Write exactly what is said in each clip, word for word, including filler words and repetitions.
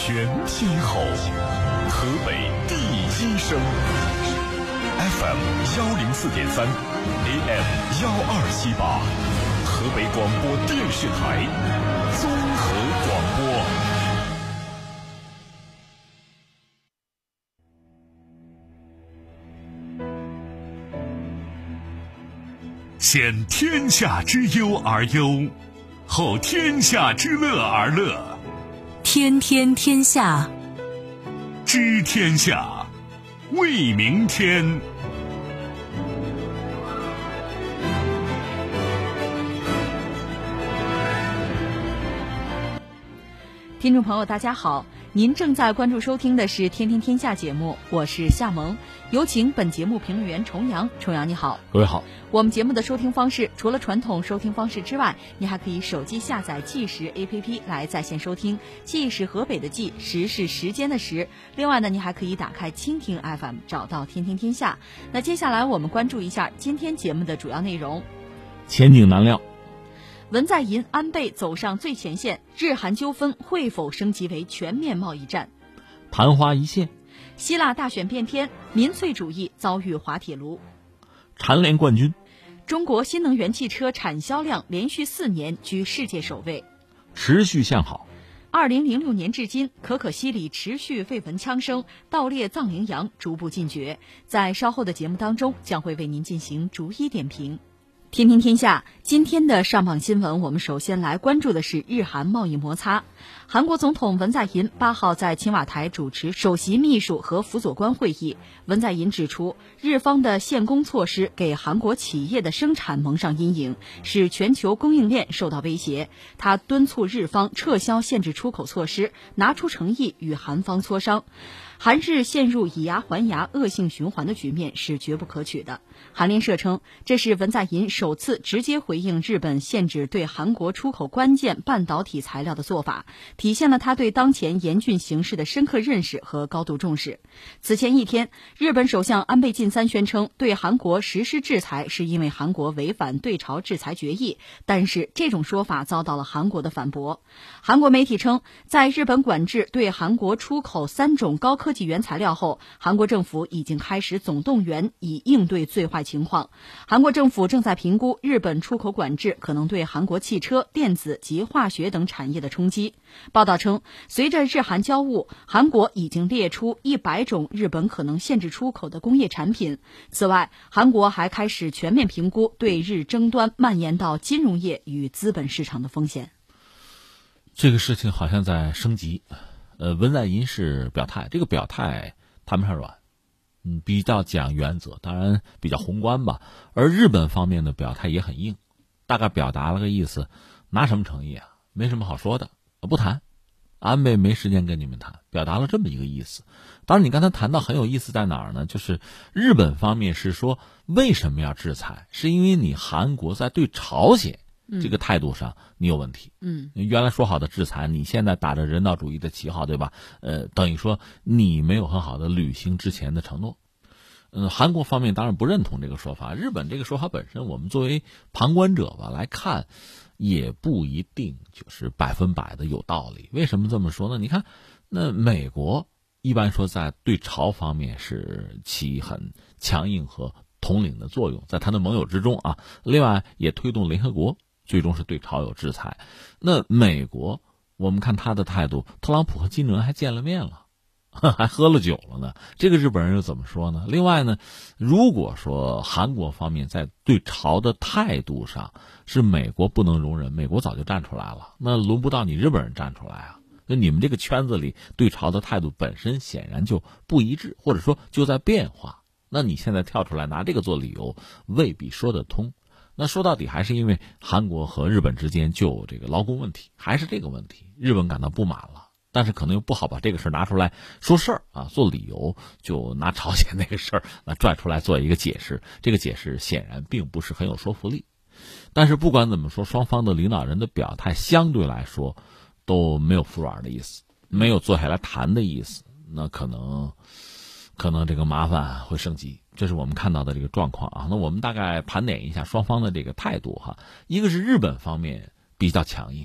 全天候，河北第一声 F M 幺零四点三 A M 幺二七八，河北广播电视台综合广播。先天下之忧而忧，后天下之乐而乐。 天天天下， 知天下，为明天。 听众朋友大家好，您正在关注收听的是天天天下节目，我是夏萌，有请本节目评论员重阳。重阳你好。 各位好。 我们节目的收听方式除了传统收听方式之外，你还可以手机下载即时 A P P 来在线收听，即是河北的即，时是时间的时。另外呢，你还可以打开蜻蜓 F M 找到天天天下。那接下来我们关注一下今天节目的主要内容。 前景难料， 文在寅安倍走上最前线，日韩纠纷会否升级为全面贸易战？ 昙花一现， 希腊大选变天，民粹主义遭遇滑铁卢。 蝉联冠军， 中国新能源汽车产销量连续四年居世界首位， 持续向好。 二零零六年至今，可可西里持续绯闻枪声，盗猎藏羚羊逐步禁绝。在稍后的节目当中，将会为您进行逐一点评。天天天下，今天的上榜新闻，我们首先来关注的是日韩贸易摩擦。韩国总统文在寅八号在青瓦台主持首席秘书和辅佐官会议。文在寅指出，日方的限工措施给韩国企业的生产蒙上阴影，使全球供应链受到威胁。他敦促日方撤销限制出口措施，拿出诚意与韩方磋商。韩日陷入以牙还牙恶性循环的局面是绝不可取的。韩联社称，这是文在寅首次直接回应日本限制对韩国出口关键半导体材料的做法，体现了他对当前严峻形势的深刻认识和高度重视。此前一天，日本首相安倍晋三宣称对韩国实施制裁是因为韩国违反对朝制裁决议，但是这种说法遭到了韩国的反驳。韩国媒体称，在日本管制对韩国出口三种高科技原材料后，韩国政府已经开始总动员以应对最坏情况。韩国政府正在评估日本出口管制可能对韩国汽车、电子及化学等产业的冲击。报道称，随着日韩交恶，韩国已经列出一百种日本可能限制出口的工业产品。此外，韩国还开始全面评估对日争端蔓延到金融业与资本市场的风险。 这个事情好像在升级。呃，文在寅是表态，这个表态谈不上软，嗯，比较讲原则，当然比较宏观吧。而日本方面的表态也很硬，大概表达了个意思，拿什么诚意啊？没什么好说的，不谈，安倍没时间跟你们谈，表达了这么一个意思。当然，你刚才谈到很有意思在哪儿呢？就是日本方面是说为什么要制裁，是因为你韩国在对朝鲜这个态度上你有问题。 嗯， 原来说好的制裁，你现在打着人道主义的旗号，对吧？呃，等于说你没有很好的履行之前的承诺。嗯、呃，韩国方面当然不认同这个说法，日本这个说法本身，我们作为旁观者吧来看，也不一定就是百分百的有道理。为什么这么说呢？你看，那美国一般说在对朝方面是起很强硬和统领的作用，在他的盟友之中啊，另外也推动联合国。最终是对朝有制裁。那美国，我们看他的态度，特朗普和金正恩还见了面了，还喝了酒了呢。这个日本人又怎么说呢？另外呢，如果说韩国方面在对朝的态度上是美国不能容忍，美国早就站出来了，那轮不到你日本人站出来啊。那你们这个圈子里对朝的态度本身显然就不一致，或者说就在变化。那你现在跳出来拿这个做理由，未必说得通。那说到底还是因为韩国和日本之间就有这个劳工问题，还是这个问题，日本感到不满了，但是可能又不好把这个事儿拿出来说事儿啊，做理由，就拿朝鲜那个事儿那拽出来做一个解释，这个解释显然并不是很有说服力。但是不管怎么说，双方的领导人的表态相对来说都没有服软的意思，没有坐下来谈的意思，那可能可能这个麻烦会升级。这是我们看到的这个状况啊。那我们大概盘点一下双方的这个态度哈。一个是日本方面比较强硬，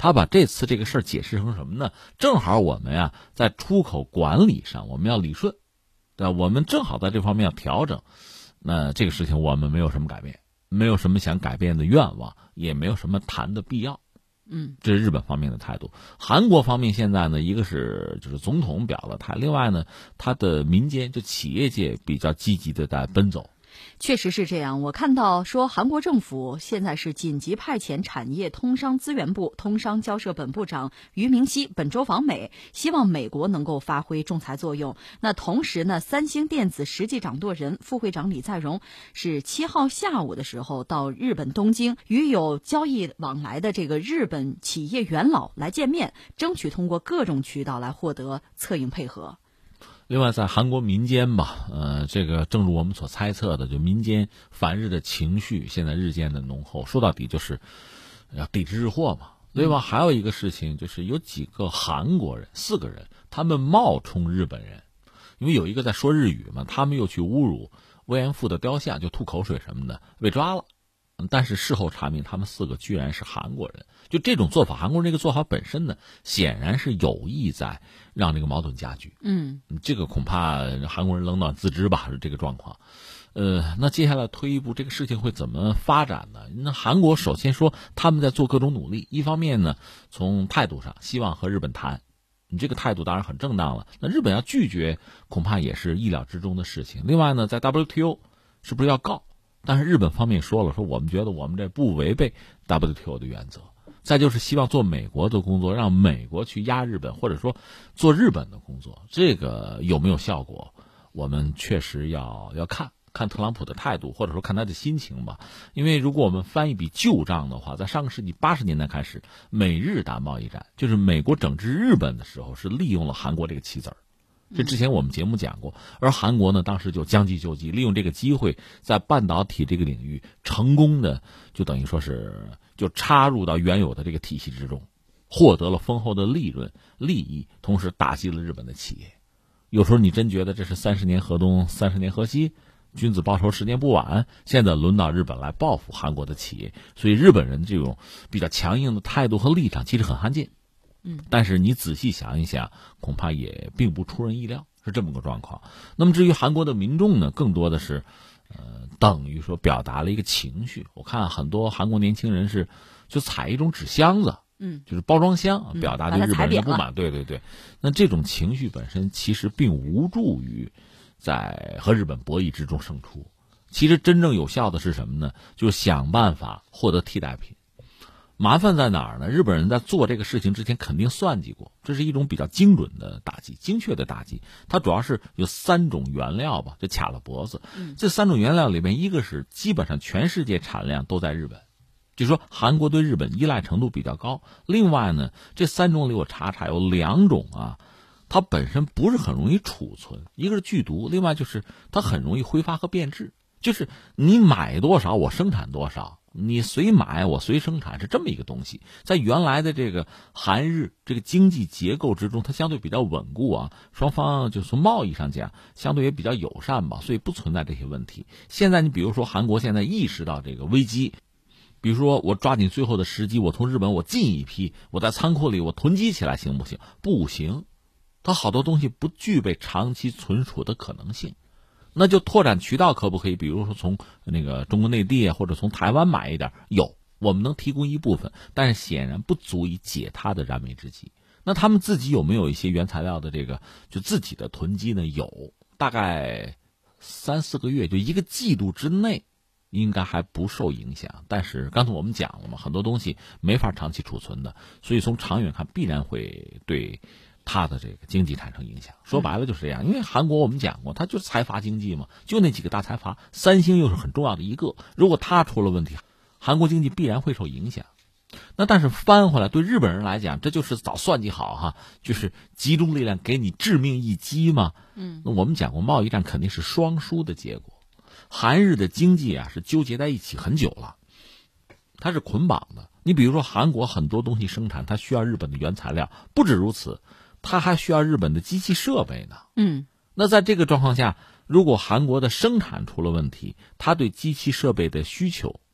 他把这次这个事儿解释成什么呢？正好我们呀、啊、在出口管理上我们要理顺，对吧？我们正好在这方面要调整。那这个事情我们没有什么改变，没有什么想改变的愿望，也没有什么谈的必要。 嗯， 这是日本方面的态度。韩国方面现在呢，一个是就是总统表了态，另外呢，他的民间就企业界比较积极的在奔走。 确实是这样，我看到说韩国政府现在是紧急派遣产业通商资源部通商交涉本部长俞明熙本周访美，希望美国能够发挥仲裁作用。那同时呢，三星电子实际掌舵人副会长李在镕是七号下午的时候到日本东京，与有交易往来的这个日本企业元老来见面，争取通过各种渠道来获得策应配合。 另外，在韩国民间吧，呃，这个正如我们所猜测的，就民间反日的情绪现在日渐的浓厚。说到底，就是要抵制日货嘛，对吧？嗯、还有一个事情就是有几个韩国人，四个人，他们冒充日本人，因为有一个在说日语嘛，他们又去侮辱慰安妇的雕像，就吐口水什么的，被抓了。但是事后查明，他们四个居然是韩国人。就这种做法，韩国人这个做法本身呢，显然是有意在让这个矛盾加剧。 嗯， 这个恐怕韩国人冷暖自知吧，是这个状况。呃，那接下来推一步，这个事情会怎么发展呢？那韩国首先说他们在做各种努力，一方面呢，从态度上希望和日本谈，你这个态度当然很正当了。那日本要拒绝，恐怕也是意料之中的事情。另外呢，在 W T O 是不是要告？但是日本方面说了，说我们觉得我们这不违背 W T O 的原则。再就是希望做美国的工作，让美国去压日本，或者说做日本的工作，这个有没有效果？我们确实要要看看特朗普的态度，或者说看他的心情吧。因为如果我们翻一笔旧账的话，在上个世纪八十年代开始，美日打贸易战，就是美国整治日本的时候，是利用了韩国这个棋子儿。这之前我们节目讲过，而韩国呢，当时就将计就计，利用这个机会，在半导体这个领域成功的，就等于说是就插入到原有的这个体系之中，获得了丰厚的利润利益，同时打击了日本的企业。有时候你真觉得这是三十年河东，三十年河西，君子报仇，十年不晚。现在轮到日本来报复韩国的企业，所以日本人这种比较强硬的态度和立场其实很罕见。 嗯， 但是你仔细想一想，恐怕也并不出人意料，是这么个状况。那么至于韩国的民众呢，更多的是，呃，等于说表达了一个情绪。我看很多韩国年轻人是就采一种纸箱子， 嗯， 就是包装箱，表达对日本人的不满。 嗯、 对对对，那这种情绪本身其实并无助于在和日本博弈之中胜出。其实真正有效的是什么呢？就是想办法获得替代品。麻烦在哪儿呢？日本人在做这个事情之前肯定算计过，这是一种比较精准的打击，精确的打击。它主要是有三种原料吧，就卡了脖子。 嗯、 这三种原料里面，一个是基本上全世界产量都在日本，就是说韩国对日本依赖程度比较高。另外呢，这三种里我查查，有两种啊，它本身不是很容易储存，一个是剧毒，另外就是它很容易挥发和变质。就是你买多少，我生产多少。你随买我随生产，是这么一个东西。在原来的这个韩日这个经济结构之中，它相对比较稳固啊，双方就从贸易上讲相对也比较友善吧，所以不存在这些问题。现在你比如说韩国现在意识到这个危机，比如说我抓紧最后的时机，我从日本我进一批，我在仓库里我囤积起来行不行？不行，它好多东西不具备长期存储的可能性。那就拓展渠道可不可以？比如说从那个中国内地或者从台湾买一点，有，我们能提供一部分，但是显然不足以解他的燃眉之急。那他们自己有没有一些原材料的这个就自己的囤积呢？有，大概三四个月，就一个季度之内，应该还不受影响。但是刚才我们讲了嘛，很多东西没法长期储存的，所以从长远看必然会对它的这个经济产生影响。说白了就是这样，因为韩国我们讲过，它就是财阀经济嘛，就那几个大财阀，三星又是很重要的一个，如果它出了问题，韩国经济必然会受影响。那但是翻回来，对日本人来讲，这就是早算计好哈，就是集中力量给你致命一击嘛。 嗯， 那我们讲过，贸易战肯定是双输的结果。韩日的经济啊是纠结在一起很久了，它是捆绑的。你比如说韩国很多东西生产，它需要日本的原材料，不止如此，它还需要日本的机器设备呢。 嗯， 那在这个状况下，如果韩国的生产出了问题，它对机器设备的需求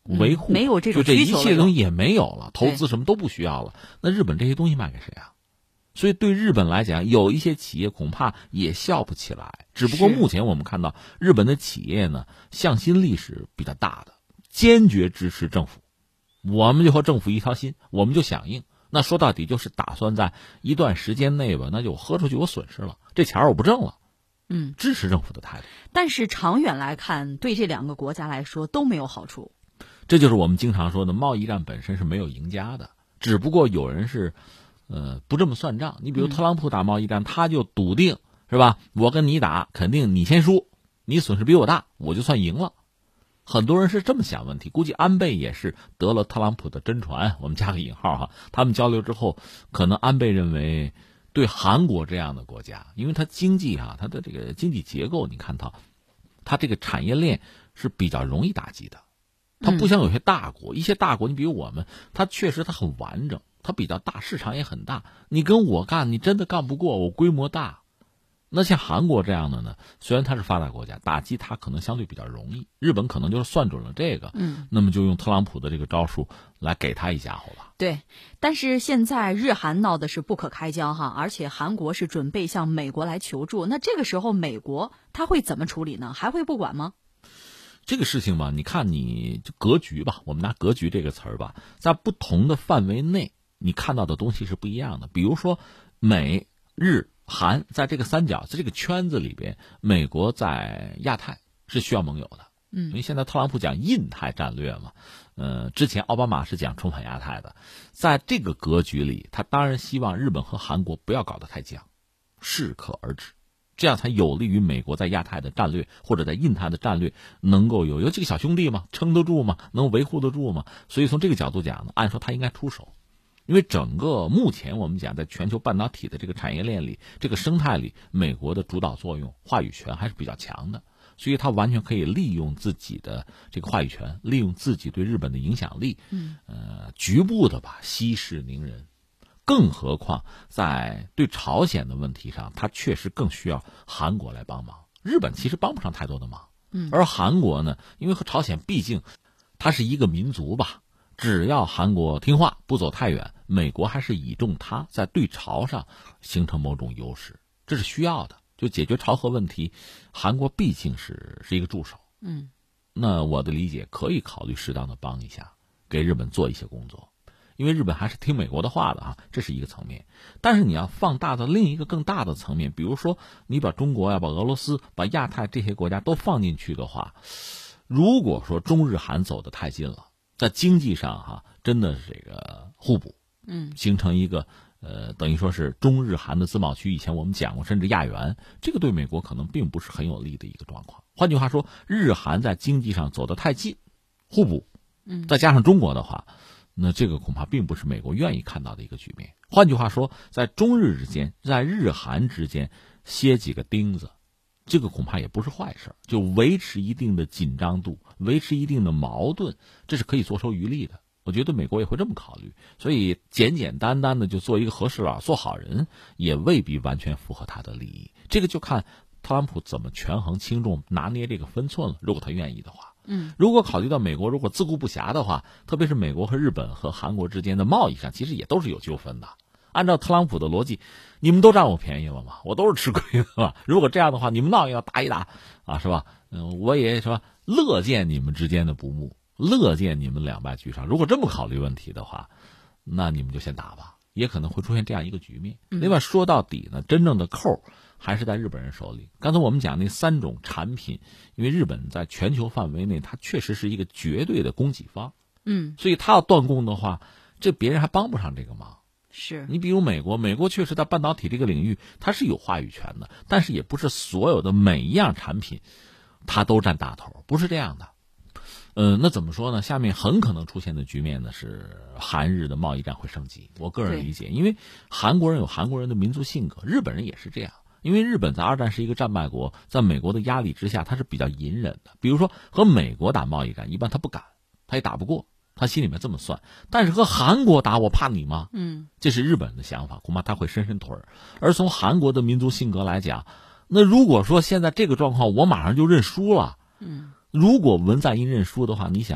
维护、 嗯、没有这种需求，就这一切东西西也没有了，投资什么都不需要了。那日本这些东西卖给谁啊？所以对日本来讲，有一些企业恐怕也笑不起来。只不过目前我们看到日本的企业呢，向心力是比较大的，坚决支持政府。我们就和政府一条心，我们就响应。那说到底就是打算在一段时间内吧，那就喝出去我损失了，这钱我不挣了。 嗯， 支持政府的态度。 但是长远来看，对这两个国家来说都没有好处。 这就是我们经常说的，贸易战本身是没有赢家的，只不过有人是呃不这么算账。你比如特朗普打贸易战，嗯、他就笃定是吧？我跟你打，肯定你先输，你损失比我大，我就算赢了。很多人是这么想问题，估计安倍也是得了特朗普的真传，我们加个引号哈。他们交流之后，可能安倍认为，对韩国这样的国家，因为它经济啊，它的这个经济结构，你看到，它这个产业链是比较容易打击的。它不像有些大国，嗯、一些大国，你比如我们，它确实它很完整，它比较大，市场也很大。你跟我干，你真的干不过，我规模大。那像韩国这样的呢，虽然它是发达国家，打击它可能相对比较容易。日本可能就是算准了这个，嗯，那么就用特朗普的这个招数来给他一家伙吧。 对，但是现在日韩闹的是不可开交哈，而且韩国是准备向美国来求助。那这个时候美国他会怎么处理呢？还会不管吗？ 这个事情吧，你看你就格局吧，我们拿格局这个词儿吧，在不同的范围内，你看到的东西是不一样的。比如说美日韩在这个三角，在这个圈子里边，美国在亚太是需要盟友的。嗯，因为现在特朗普讲印太战略嘛，呃，之前奥巴马是讲重返亚太的，在这个格局里，他当然希望日本和韩国不要搞得太僵，适可而止，这样才有利于美国在亚太的战略或者在印太的战略能够有有几个小兄弟嘛，撑得住嘛，能维护得住嘛。所以从这个角度讲呢，按说他应该出手。因为整个目前我们讲在全球半导体的这个产业链里，这个生态里，美国的主导作用、话语权还是比较强的，所以他完全可以利用自己的这个话语权，利用自己对日本的影响力，嗯，呃，局部的吧息事宁人。更何况在对朝鲜的问题上，他确实更需要韩国来帮忙。日本其实帮不上太多的忙，嗯，而韩国呢，因为和朝鲜毕竟它是一个民族吧。只要韩国听话，不走太远，美国还是倚重它在对朝上形成某种优势，这是需要的。就解决朝核问题，韩国毕竟是是一个助手。嗯，那我的理解可以考虑适当的帮一下，给日本做一些工作，因为日本还是听美国的话的啊，这是一个层面。但是你要放大到另一个更大的层面，比如说你把中国呀、把俄罗斯、把亚太这些国家都放进去的话，如果说中日韩走得太近了。在经济上哈，真的是这个互补，嗯，形成一个呃，等于说是中日韩的自贸区。以前我们讲过，甚至亚元，这个对美国可能并不是很有利的一个状况。换句话说，日韩在经济上走得太近，互补，嗯，再加上中国的话，那这个恐怕并不是美国愿意看到的一个局面。换句话说，在中日之间，在日韩之间歇几个钉子。这个恐怕也不是坏事，就维持一定的紧张度，维持一定的矛盾，这是可以坐收渔利的。我觉得美国也会这么考虑，所以简简单单的就做一个和事佬、做好人，也未必完全符合他的利益。这个就看特朗普怎么权衡轻重，拿捏这个分寸了。如果他愿意的话，嗯，如果考虑到美国如果自顾不暇的话，特别是美国和日本和韩国之间的贸易上，其实也都是有纠纷的。按照特朗普的逻辑，你们都占我便宜了嘛，我都是吃亏的嘛。如果这样的话，你们闹也要打一打啊，是吧？嗯，我也是吧，乐见你们之间的不睦，乐见你们两败俱伤。如果这么考虑问题的话，那你们就先打吧，也可能会出现这样一个局面。另外说到底呢，真正的扣还是在日本人手里。刚才我们讲那三种产品，因为日本在全球范围内，它确实是一个绝对的供给方，嗯，所以他要断供的话，这别人还帮不上这个忙。 是你比如美国，美国确实在半导体这个领域它是有话语权的，但是也不是所有的每一样产品它都占大头，不是这样的。呃，那怎么说呢？下面很可能出现的局面呢是韩日的贸易战会升级。我个人理解，因为韩国人有韩国人的民族性格，日本人也是这样。因为日本在二战是一个战败国，在美国的压力之下，他是比较隐忍的。比如说和美国打贸易战，一般他不敢，他也打不过。他心里面这么算，但是和韩国打，我怕你吗？嗯，这是日本的想法，恐怕他会伸伸腿儿。而从韩国的民族性格来讲，那如果说现在这个状况，我马上就认输了，嗯，如果文在寅认输的话，你想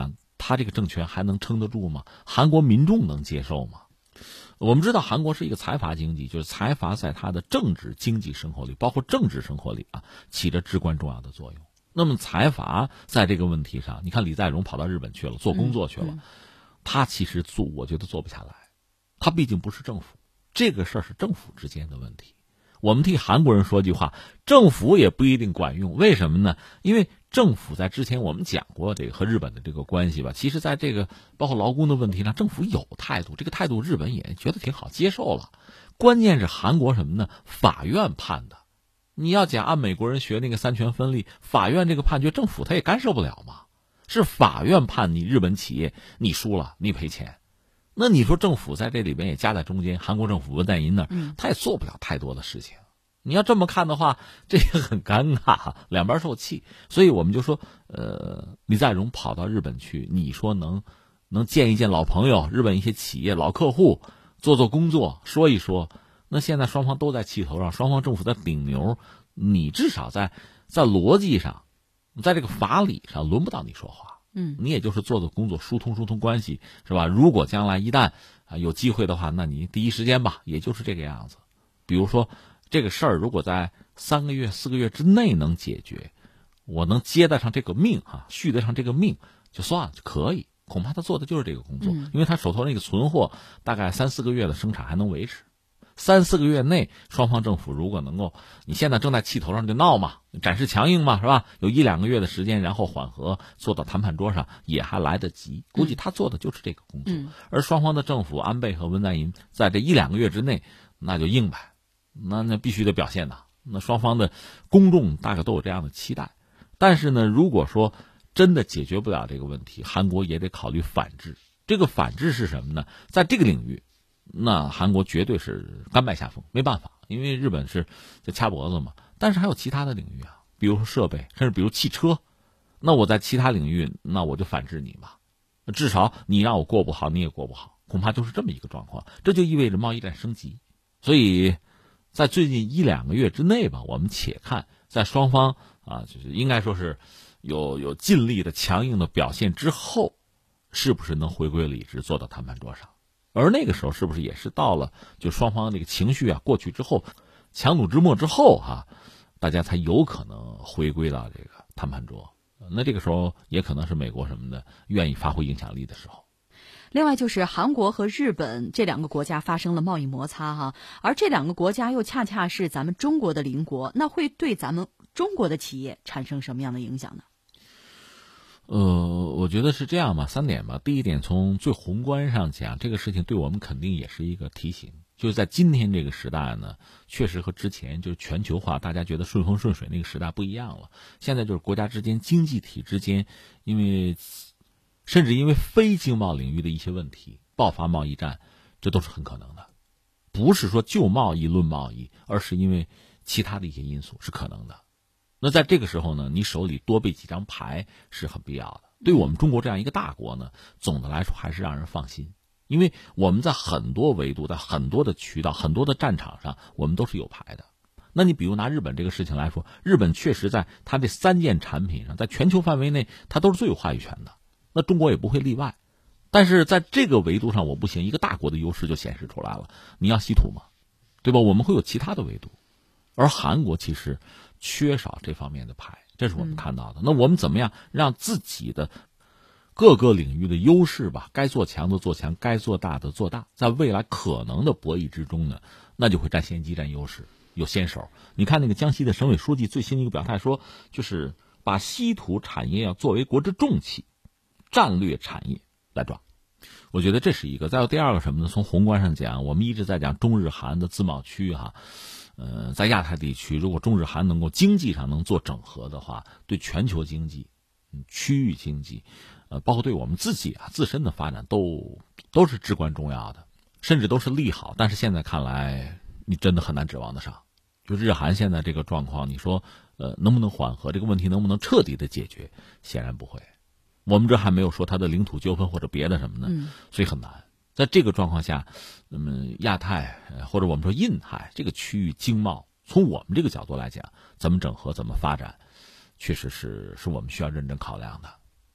他这个政权还能撑得住吗？韩国民众能接受吗？我们知道韩国是一个财阀经济，就是财阀在它的政治经济生活里，包括政治生活里啊，起着至关重要的作用。那么财阀在这个问题上，你看李在镕跑到日本去了，做工作去了，嗯嗯、他其实做，我觉得做不下来。他毕竟不是政府，这个事儿是政府之间的问题。我们替韩国人说句话，政府也不一定管用。为什么呢？因为政府在之前我们讲过这个和日本的这个关系吧，其实在这个包括劳工的问题上，政府有态度，这个态度日本也觉得挺好，接受了。关键是韩国什么呢？法院判的。你要讲按美国人学那个三权分立，法院这个判决政府他也干涉不了嘛，是法院判你日本企业你输了你赔钱。那你说政府在这里边也夹在中间，韩国政府文在寅那儿，他也做不了太多的事情。你要这么看的话，这也很尴尬，两边受气。所以我们就说，呃，李在镕跑到日本去，你说能能见一见老朋友，日本一些企业老客户，做做工作，说一说。那现在双方都在气头上，双方政府在顶牛，你至少在在逻辑上，在这个法理上轮不到你说话。 嗯， 你也就是做做工作，疏通疏通关系，是吧？如果将来一旦啊有机会的话，那你第一时间吧，也就是这个样子。比如说这个事儿，如果在三个月、四个月之内能解决，我能接得上这个命啊，续得上这个命，就算了，就可以。恐怕他做的就是这个工作， 嗯、 因为他手头那个存货大概三四个月的生产还能维持。三四个月内，双方政府如果能够，你现在正在气头上就闹嘛，展示强硬嘛，是吧？有一两个月的时间，然后缓和，坐到谈判桌上也还来得及。估计他做的就是这个工作， 嗯、 而双方的政府安倍和文在寅在这一两个月之内，那就硬呗，那那必须得表现呐。那双方的公众大概都有这样的期待，但是呢，如果说真的解决不了这个问题，韩国也得考虑反制。这个反制是什么呢？在这个领域。那韩国绝对是甘拜下风，没办法，因为日本是在掐脖子嘛。但是还有其他的领域啊，比如说设备，甚至比如汽车。那我在其他领域，那我就反制你吧。至少你让我过不好，你也过不好，恐怕就是这么一个状况。这就意味着贸易战升级。所以，在最近一两个月之内吧，我们且看，在双方啊，就是应该说是有有尽力的强硬的表现之后，是不是能回归理智，坐到谈判桌上。而那个时候是不是也是到了就双方那个情绪啊过去之后，强弩之末之后哈、啊，大家才有可能回归到这个谈判桌。那这个时候也可能是美国什么的愿意发挥影响力的时候。 另外就是韩国和日本这两个国家发生了贸易摩擦哈，而这两个国家又恰恰是咱们中国的邻国，那会对咱们中国的企业产生什么样的影响呢？ 呃，我觉得是这样吧，三点吧。第一点，从最宏观上讲，这个事情对我们肯定也是一个提醒，就是在今天这个时代呢，确实和之前就是全球化，大家觉得顺风顺水那个时代不一样了。现在就是国家之间、经济体之间，因为甚至因为非经贸领域的一些问题爆发贸易战，这都是很可能的。不是说就贸易论贸易，而是因为其他的一些因素是可能的。那在这个时候呢，你手里多备几张牌是很必要的。对我们中国这样一个大国呢，总的来说还是让人放心，因为我们在很多维度、在很多的渠道、很多的战场上，我们都是有牌的。那你比如拿日本这个事情来说，日本确实在它这三件产品上，在全球范围内，它都是最有话语权的。那中国也不会例外。但是在这个维度上，我不行，一个大国的优势就显示出来了。你要稀土嘛，对吧？我们会有其他的维度，而韩国其实缺少这方面的牌，这是我们看到的。嗯、那我们怎么样让自己的各个领域的优势吧，该做强的做强，该做大的做大，在未来可能的博弈之中呢，那就会占先机、占优势，有先手。你看那个江西的省委书记最新一个表态说，就是把稀土产业要作为国之重器、战略产业来抓。我觉得这是一个。再有第二个什么呢？从宏观上讲，我们一直在讲中日韩的自贸区哈。呃，在亚太地区，如果中日韩能够经济上能做整合的话，对全球经济、嗯、区域经济，呃，包括对我们自己啊自身的发展都都是至关重要的，甚至都是利好。但是现在看来，你真的很难指望得上。就日韩现在这个状况，你说呃能不能缓和这个问题，能不能彻底的解决？显然不会。我们这还没有说它的领土纠纷或者别的什么呢， 嗯、 所以很难。在这个状况下，那么亚太或者我们说印太这个区域经贸，从我们这个角度来讲，怎么整合、怎么发展，确实是是我们需要认真考量的。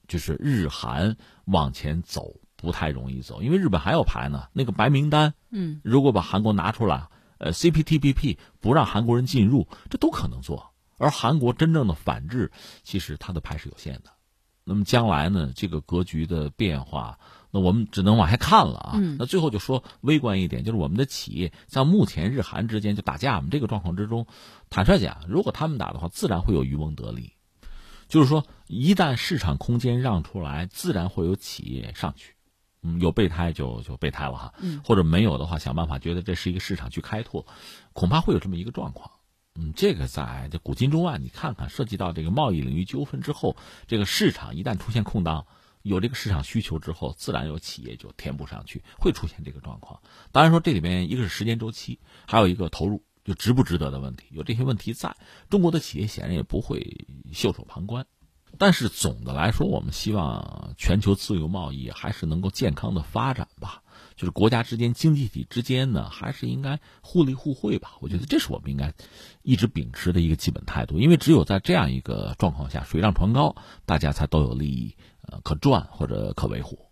就是日韩往前走不太容易走，因为日本还有牌呢，那个白名单， 嗯， 如果把韩国拿出来，呃 C P T P P 不让韩国人进入，这都可能做。而韩国真正的反制，其实它的牌是有限的。那么将来呢，这个格局的变化，那我们只能往下看了啊。 嗯、 那最后就说微观一点，就是我们的企业像目前日韩之间就打架嘛，这个状况之中，坦率讲，如果他们打的话，自然会有渔翁得利。就是说，一旦市场空间让出来，自然会有企业上去。嗯，有备胎就就备胎了哈， 嗯， 或者没有的话，想办法觉得这是一个市场去开拓，恐怕会有这么一个状况。嗯，这个在这古今中外，你看看涉及到这个贸易领域纠纷之后，这个市场一旦出现空档，有这个市场需求之后，自然有企业就填补上去，会出现这个状况。当然说这里面一个是时间周期，还有一个投入，就值不值得的问题。有这些问题在，中国的企业显然也不会袖手旁观。但是总的来说，我们希望全球自由贸易还是能够健康的发展吧。就是国家之间、经济体之间呢，还是应该互利互惠吧。我觉得这是我们应该一直秉持的一个基本态度。因为只有在这样一个状况下，水涨船高，大家才都有利益呃可赚或者可维护。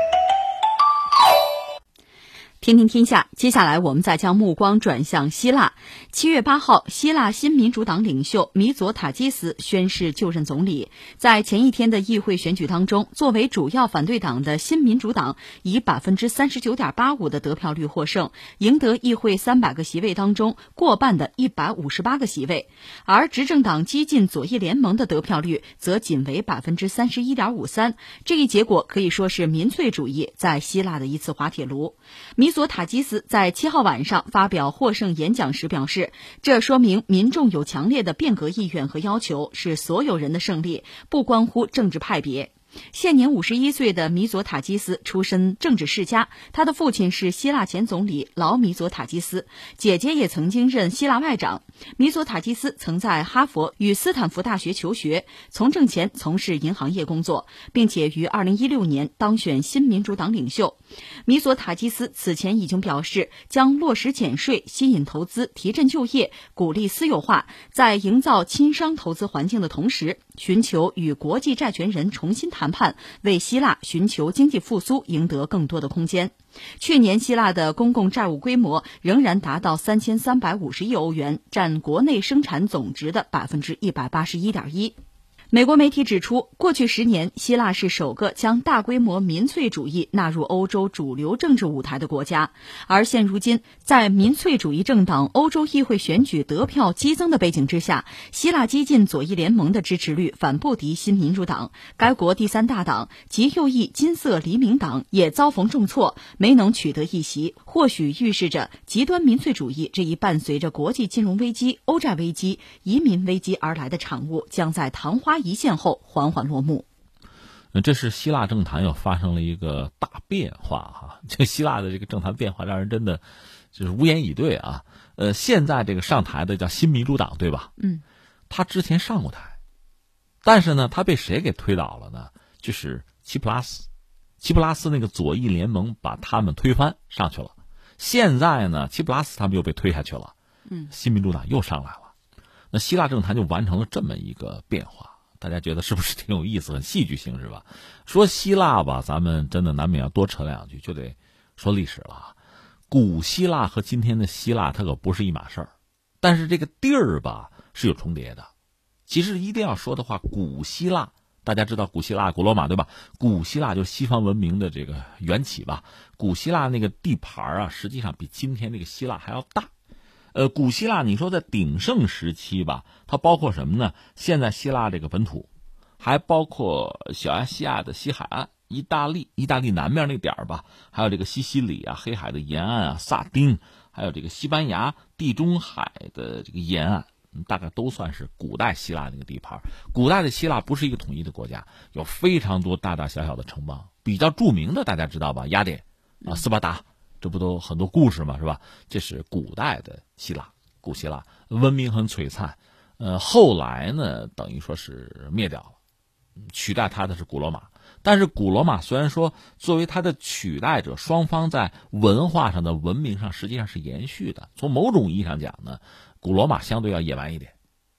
天天天下，接下来我们再将目光转向希腊。七月八号，希腊新民主党领袖米佐塔基斯宣誓就任总理。在前一天的议会选举当中，作为主要反对党的新民主党以百分之三十九点八五的得票率获胜，赢得议会三百个席位当中过半的一百五十八个席位。而执政党激进左翼联盟的得票率则仅为百分之三十一点五三。这一结果可以说是民粹主义在希腊的一次滑铁卢。米佐塔基斯在七号晚上发表获胜演讲时表示，这说明民众有强烈的变革意愿和要求，是所有人的胜利，不关乎政治派别。现年五十一岁的米佐塔基斯出身政治世家，他的父亲是希腊前总理劳米佐塔基斯，姐姐也曾经任希腊外长。米佐塔基斯曾在哈佛与斯坦福大学求学，从政前从事银行业工作，并且于二零一六年当选新民主党领袖。米佐塔基斯此前已经表示，将落实减税、吸引投资、提振就业、鼓励私有化，在营造亲商投资环境的同时，寻求与国际债权人重新谈判，为希腊寻求经济复苏赢得更多的空间。去年希腊的公共债务规模仍然达到三千三百五十亿欧元，占国内生产总值的百分之一百八十一点一。美国媒体指出，过去十年，希腊是首个将大规模民粹主义纳入欧洲主流政治舞台的国家。而现如今，在民粹主义政党欧洲议会选举得票激增的背景之下，希腊激进左翼联盟的支持率反不敌新民主党。该国第三大党极右翼金色黎明党也遭逢重挫，没能取得一席，或许预示着极端民粹主义这一伴随着国际金融危机、欧债危机、移民危机而来的产物将在昙花一现后缓缓落幕。 这是希腊政坛又发生了一个大变化哈，这希腊的这个政坛变化让人真的就是无言以对啊。呃，现在这个上台的叫新民主党对吧？ 嗯， 他之前上过台，但是呢，他被谁给推倒了呢？就是齐普拉斯，齐普拉斯那个左翼联盟把他们推翻上去了。现在呢，齐普拉斯他们又被推下去了， 嗯， 新民主党又上来了。那希腊政坛就完成了这么一个变化。大家觉得是不是挺有意思，很戏剧性是吧？说希腊吧，咱们真的难免要多扯两句，就得说历史了。古希腊和今天的希腊它可不是一码事儿，但是这个地儿吧是有重叠的。其实一定要说的话，古希腊大家知道古希腊、古罗马对吧？古希腊就是西方文明的这个缘起吧。古希腊那个地盘啊，实际上比今天这个希腊还要大。呃，古希腊你说在鼎盛时期吧，它包括什么呢？现在希腊这个本土，还包括小亚细亚的西海岸、意大利、意大利南面那点儿吧，还有这个西西里啊、黑海的沿岸啊、萨丁，还有这个西班牙、地中海的这个沿岸，大概都算是古代希腊那个地盘。古代的希腊不是一个统一的国家，有非常多大大小小的城邦，比较著名的大家知道吧？雅典啊、斯巴达。这不都很多故事嘛，是吧？这是古代的希腊，古希腊文明很璀璨。呃，后来呢，等于说是灭掉了，取代它的是古罗马。但是古罗马虽然说作为它的取代者，双方在文化上的文明上实际上是延续的。从某种意义上讲呢，古罗马相对要野蛮一点，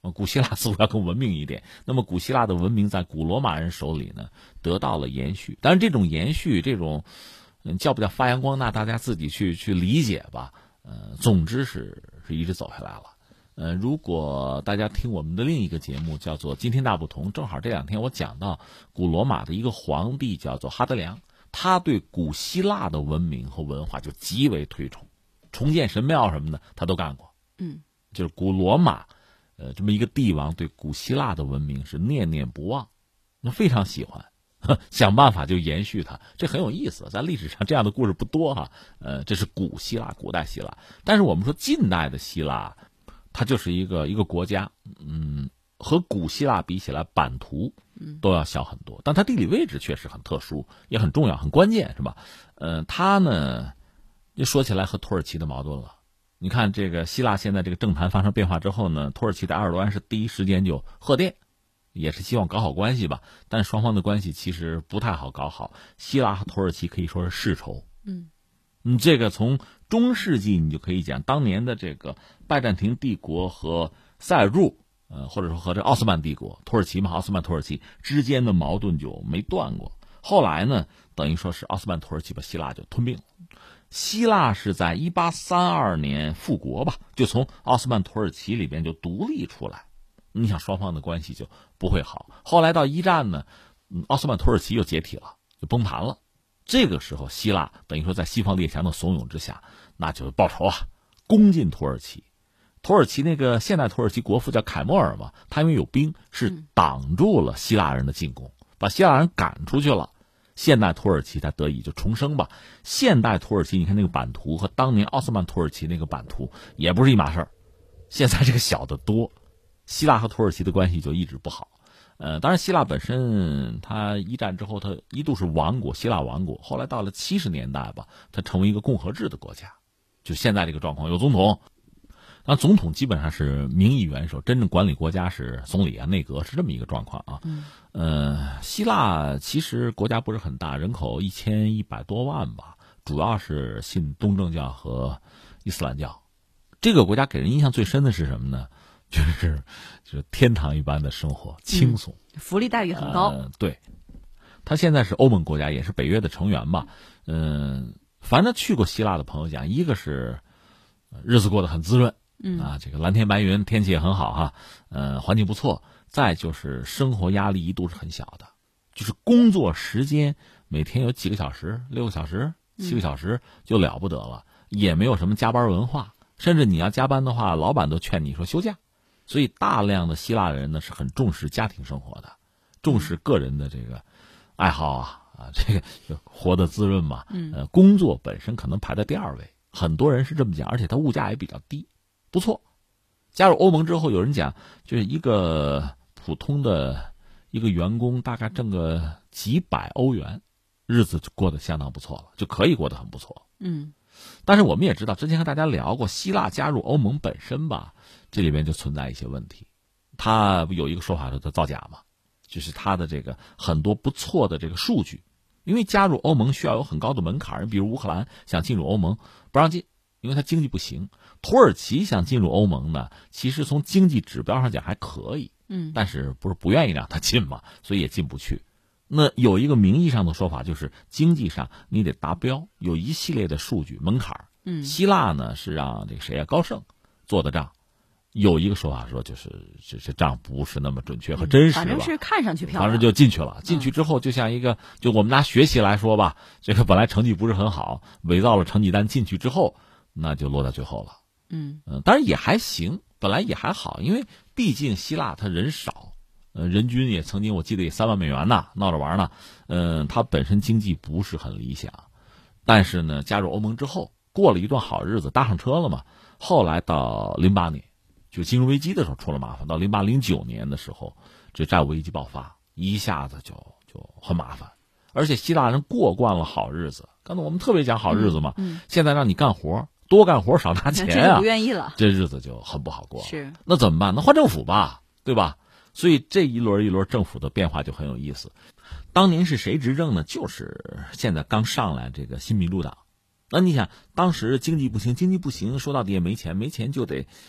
古希腊似乎要更文明一点。那么古希腊的文明在古罗马人手里呢得到了延续，但是这种延续，这种嗯叫不叫发扬光大，大家自己去去理解吧。呃，总之是是一直走下来了。呃，如果大家听我们的另一个节目叫做《今天大不同》，正好这两天我讲到古罗马的一个皇帝叫做哈德良，他对古希腊的文明和文化就极为推崇，重建神庙什么的他都干过。 嗯， 就是古罗马。呃，这么一个帝王对古希腊的文明是念念不忘，那非常喜欢，想办法就延续它，这很有意思。在历史上这样的故事不多哈。呃，这是古希腊，古代希腊。但是我们说近代的希腊，它就是一个一个国家，嗯，和古希腊比起来，版图都要小很多，但它地理位置确实很特殊，也很重要，很关键，是吧？呃，它呢，就说起来和土耳其的矛盾了。你看这个希腊现在这个政坛发生变化之后呢，土耳其的埃尔多安是第一时间就贺电，也是希望搞好关系吧。但双方的关系其实不太好搞好，希腊和土耳其可以说是世仇。 嗯， 嗯，这个从中世纪你就可以讲，当年的这个拜占庭帝国和塞尔柱，呃，或者说和这奥斯曼帝国，土耳其嘛，奥斯曼土耳其之间的矛盾就没断过。后来呢，等于说是奥斯曼土耳其把希腊就吞并了。希腊是在一八三二年复国吧，就从奥斯曼土耳其里边就独立出来。你想双方的关系就不会好。后来到一战呢，奥斯曼土耳其又解体了，就崩盘了。这个时候希腊等于说在西方列强的怂恿之下，那就报仇啊，攻进土耳其。土耳其那个现代土耳其国父叫凯末尔嘛，他因为有兵，是挡住了希腊人的进攻，把希腊人赶出去了。现代土耳其才得以就重生吧。现代土耳其你看那个版图和当年奥斯曼土耳其那个版图也不是一码事儿，现在这个小得多。希腊和土耳其的关系就一直不好。呃，当然希腊本身它一战之后它一度是王国，希腊王国，后来到了七十年代吧，它成为一个共和制的国家，就现在这个状况，有总统，那总统基本上是名义元首，真正管理国家是总理啊、内阁，是这么一个状况啊。 嗯， 呃，希腊其实国家不是很大，人口一千一百多万吧，主要是信东正教和伊斯兰教。这个国家给人印象最深的是什么呢？就是就是天堂一般的生活，轻松， 嗯、福利待遇很高。 呃、对，他现在是欧盟国家，也是北约的成员吧。嗯、呃，凡是去过希腊的朋友讲，一个是日子过得很滋润。 嗯啊，这个蓝天白云，天气也很好哈，呃，环境不错。再就是生活压力一度是很小的，就是工作时间每天有几个小时，六个小时、七个小时就了不得了，嗯、也没有什么加班文化，甚至你要加班的话，老板都劝你说休假。所以大量的希腊人呢是很重视家庭生活的，重视个人的这个爱好啊啊，这个就活得滋润嘛。 嗯， 呃，工作本身可能排在第二位，很多人是这么讲，而且它物价也比较低。不错，加入欧盟之后，有人讲，就是一个普通的一个员工大概挣个几百欧元，日子就过得相当不错了，就可以过得很不错。 嗯， 但是我们也知道，之前和大家聊过，希腊加入欧盟本身吧，这里面就存在一些问题。它有一个说法叫做造假嘛，就是它的这个很多不错的这个数据，因为加入欧盟需要有很高的门槛，比如乌克兰想进入欧盟不让进。因为它经济不行，土耳其想进入欧盟呢，其实从经济指标上讲还可以， 嗯， 但是不是不愿意让它进嘛，所以也进不去。那有一个名义上的说法，就是经济上你得达标，有一系列的数据门槛。 嗯， 希腊呢是让这个谁啊高盛做的账，有一个说法说就是这这账不是那么准确和真实吧， 反正是看上去漂亮， 反正就进去了。进去之后就像一个，就我们拿学习来说吧，这个本来成绩不是很好，伪造了成绩单进去之后。那就落在最后了， 嗯嗯、呃，当然也还行，本来也还好，因为毕竟希腊它人少，呃，人均也曾经我记得也三万美元呢，闹着玩呢，嗯、呃，它本身经济不是很理想，但是呢，加入欧盟之后，过了一段好日子，搭上车了嘛。后来到零八年，就金融危机的时候出了麻烦，到零八零九年的时候，这债务危机爆发，一下子就就很麻烦，而且希腊人过惯了好日子，刚才我们特别讲好日子嘛， 嗯嗯、 现在让你干活。多干活少拿钱啊， 不愿意了， 这日子就很不好过。 是， 那怎么办？那换政府吧，对吧？所以这一轮一轮政府的变化就很有意思。当年是谁执政呢？就是现在刚上来这个新民主党。那你想，当时经济不行，经济不行，说到底也没钱，没钱就得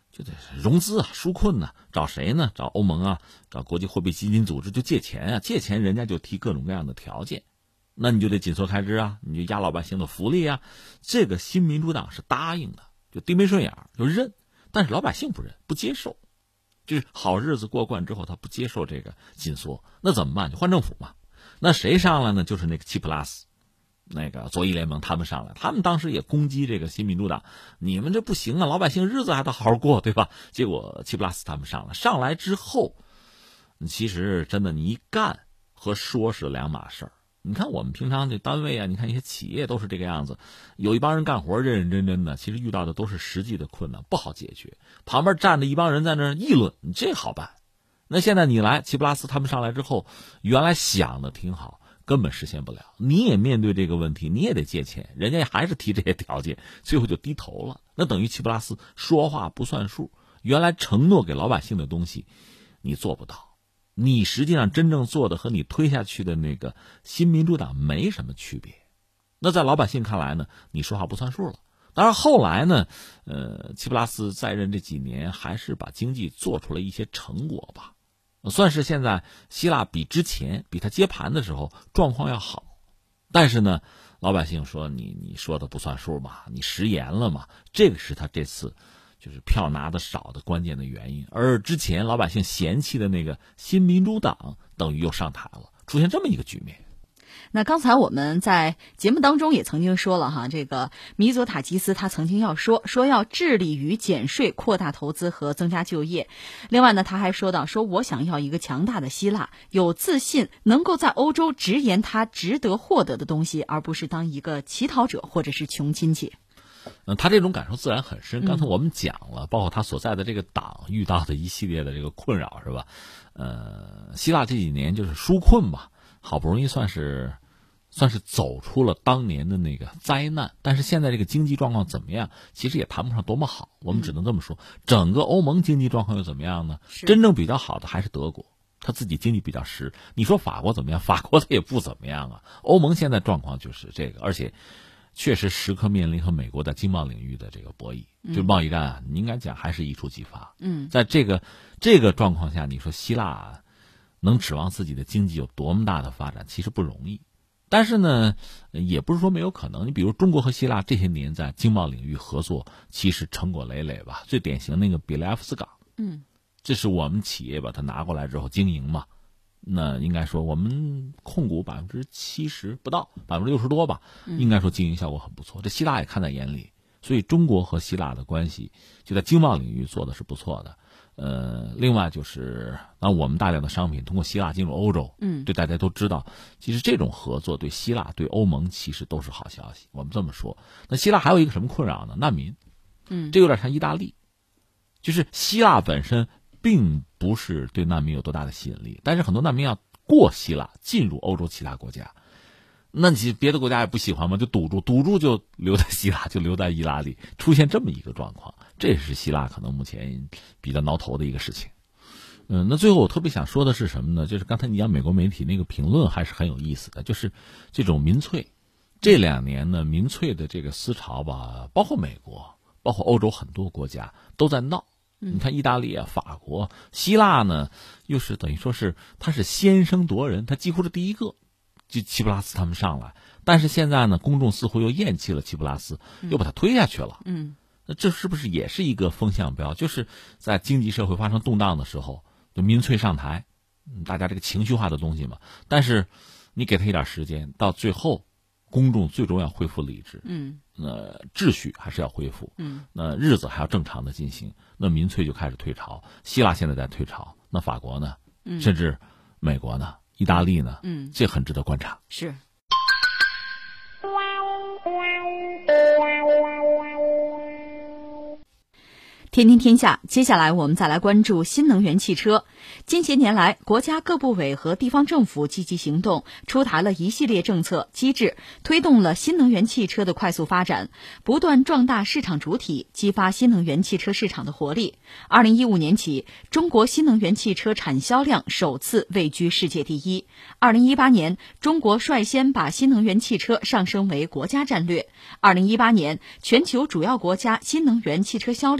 就得融资啊，纾困啊，找谁呢？找欧盟啊，找国际货币基金组织就借钱啊，借钱人家就提各种各样的条件，那你就得紧缩开支啊，你就压老百姓的福利啊。这个新民主党是答应的，就低眉顺眼就认，但是老百姓不认，不接受，就是好日子过惯之后，他不接受这个紧缩，那怎么办？就换政府嘛。那谁上来呢？就是那个七 plus。那个左翼联盟他们上来，他们当时也攻击这个新民主党，你们这不行啊，老百姓日子还得好好过，对吧？结果七 plus 他们上来，上来之后，其实真的你一干和说是两码事儿。你看我们平常这单位啊，你看一些企业都是这个样子，有一帮人干活认认真真的，其实遇到的都是实际的困难，不好解决。旁边站着一帮人在那儿议论，你这好办。那现在你来七 plus 他们上来之后，原来想的挺好，根本实现不了，你也面对这个问题，你也得借钱，人家还是提这些条件，最后就低头了。那等于七普拉斯说话不算数，原来承诺给老百姓的东西，你做不到，你实际上真正做的和你推下去的那个新民主党没什么区别。那在老百姓看来呢，你说话不算数了。当然后来呢，呃，七普拉斯在任这几年还是把经济做出了一些成果吧。算是现在希腊比之前比他接盘的时候状况要好，但是呢，老百姓说你你说的不算数嘛，你食言了嘛，这个是他这次就是票拿的少的关键的原因。而之前老百姓嫌弃的那个新民主党等于又上台了，出现这么一个局面。 那刚才我们在节目当中也曾经说了哈，这个米佐塔基斯他曾经要说说要致力于减税、扩大投资和增加就业。另外呢，他还说到说我想要一个强大的希腊，有自信能够在欧洲直言他值得获得的东西，而不是当一个乞讨者或者是穷亲戚。 嗯，他这种感受自然很深。刚才我们讲了，包括他所在的这个党遇到的一系列的这个困扰，是吧？呃，希腊这几年就是纾困吧，好不容易算是算是走出了当年的那个灾难，但是现在这个经济状况怎么样？其实也谈不上多么好，我们只能这么说。整个欧盟经济状况又怎么样呢？真正比较好的还是德国，他自己经济比较实。你说法国怎么样？法国它也不怎么样啊。欧盟现在状况就是这个，而且确实时刻面临和美国在经贸领域的这个博弈，就贸易战啊，你应该讲还是一触即发。 嗯， 在这个这个状况下，你说希腊能指望自己的经济有多么大的发展，其实不容易。但是呢，也不是说没有可能。你比如中国和希腊这些年在经贸领域合作，其实成果累累吧。最典型那个比雷埃夫斯港， 嗯， 这是我们企业把它拿过来之后经营嘛。那应该说我们控股百分之七十不到，百分之六十多吧，应该说经营效果很不错。这希腊也看在眼里，所以中国和希腊的关系就在经贸领域做的是不错的。呃，另外就是，那我们大量的商品通过希腊进入欧洲， 嗯， 对大家都知道，其实这种合作对希腊、对欧盟其实都是好消息。我们这么说，那希腊还有一个什么困扰呢？难民， 嗯， 这有点像意大利，就是希腊本身并不是对难民有多大的吸引力，但是很多难民要过希腊进入欧洲其他国家，那你别的国家也不喜欢吗？就堵住，堵住就留在希腊，就留在意大利，出现这么一个状况，这也是希腊可能目前比较挠头的一个事情。嗯，那最后我特别想说的是什么呢？就是刚才你讲美国媒体那个评论还是很有意思的，就是这种民粹，这两年呢，民粹的这个思潮吧，包括美国，包括欧洲很多国家都在闹。你看意大利啊、法国、希腊呢，又是等于说是他是先声夺人，他几乎是第一个。就齐普拉斯他们上来，但是现在呢，公众似乎又厌弃了齐普拉斯，又把他推下去了。 嗯， 那这是不是也是一个风向标？就是在经济社会发生动荡的时候，就民粹上台，嗯，大家这个情绪化的东西嘛。但是你给他一点时间，到最后，公众最终要恢复理智。 嗯， 那秩序还是要恢复。 嗯， 那日子还要正常的进行。那民粹就开始退潮，希腊现在在退潮，那法国呢？ 嗯， 甚至美国呢？意大利呢？ 嗯， 这很值得观察。 是。天天天下，接下来我们再来关注新能源汽车。近些年来，国家各部委和地方政府积极行动，出台了一系列政策机制，推动了新能源汽车的快速发展，不断壮大市场主体，激发新能源汽车市场的活力。二零一五年起，中国新能源汽车产销量首次位居世界第一。二零一八年，中国率先把新能源汽车上升为国家战略。二零一八年，全球主要国家新能源汽车销量超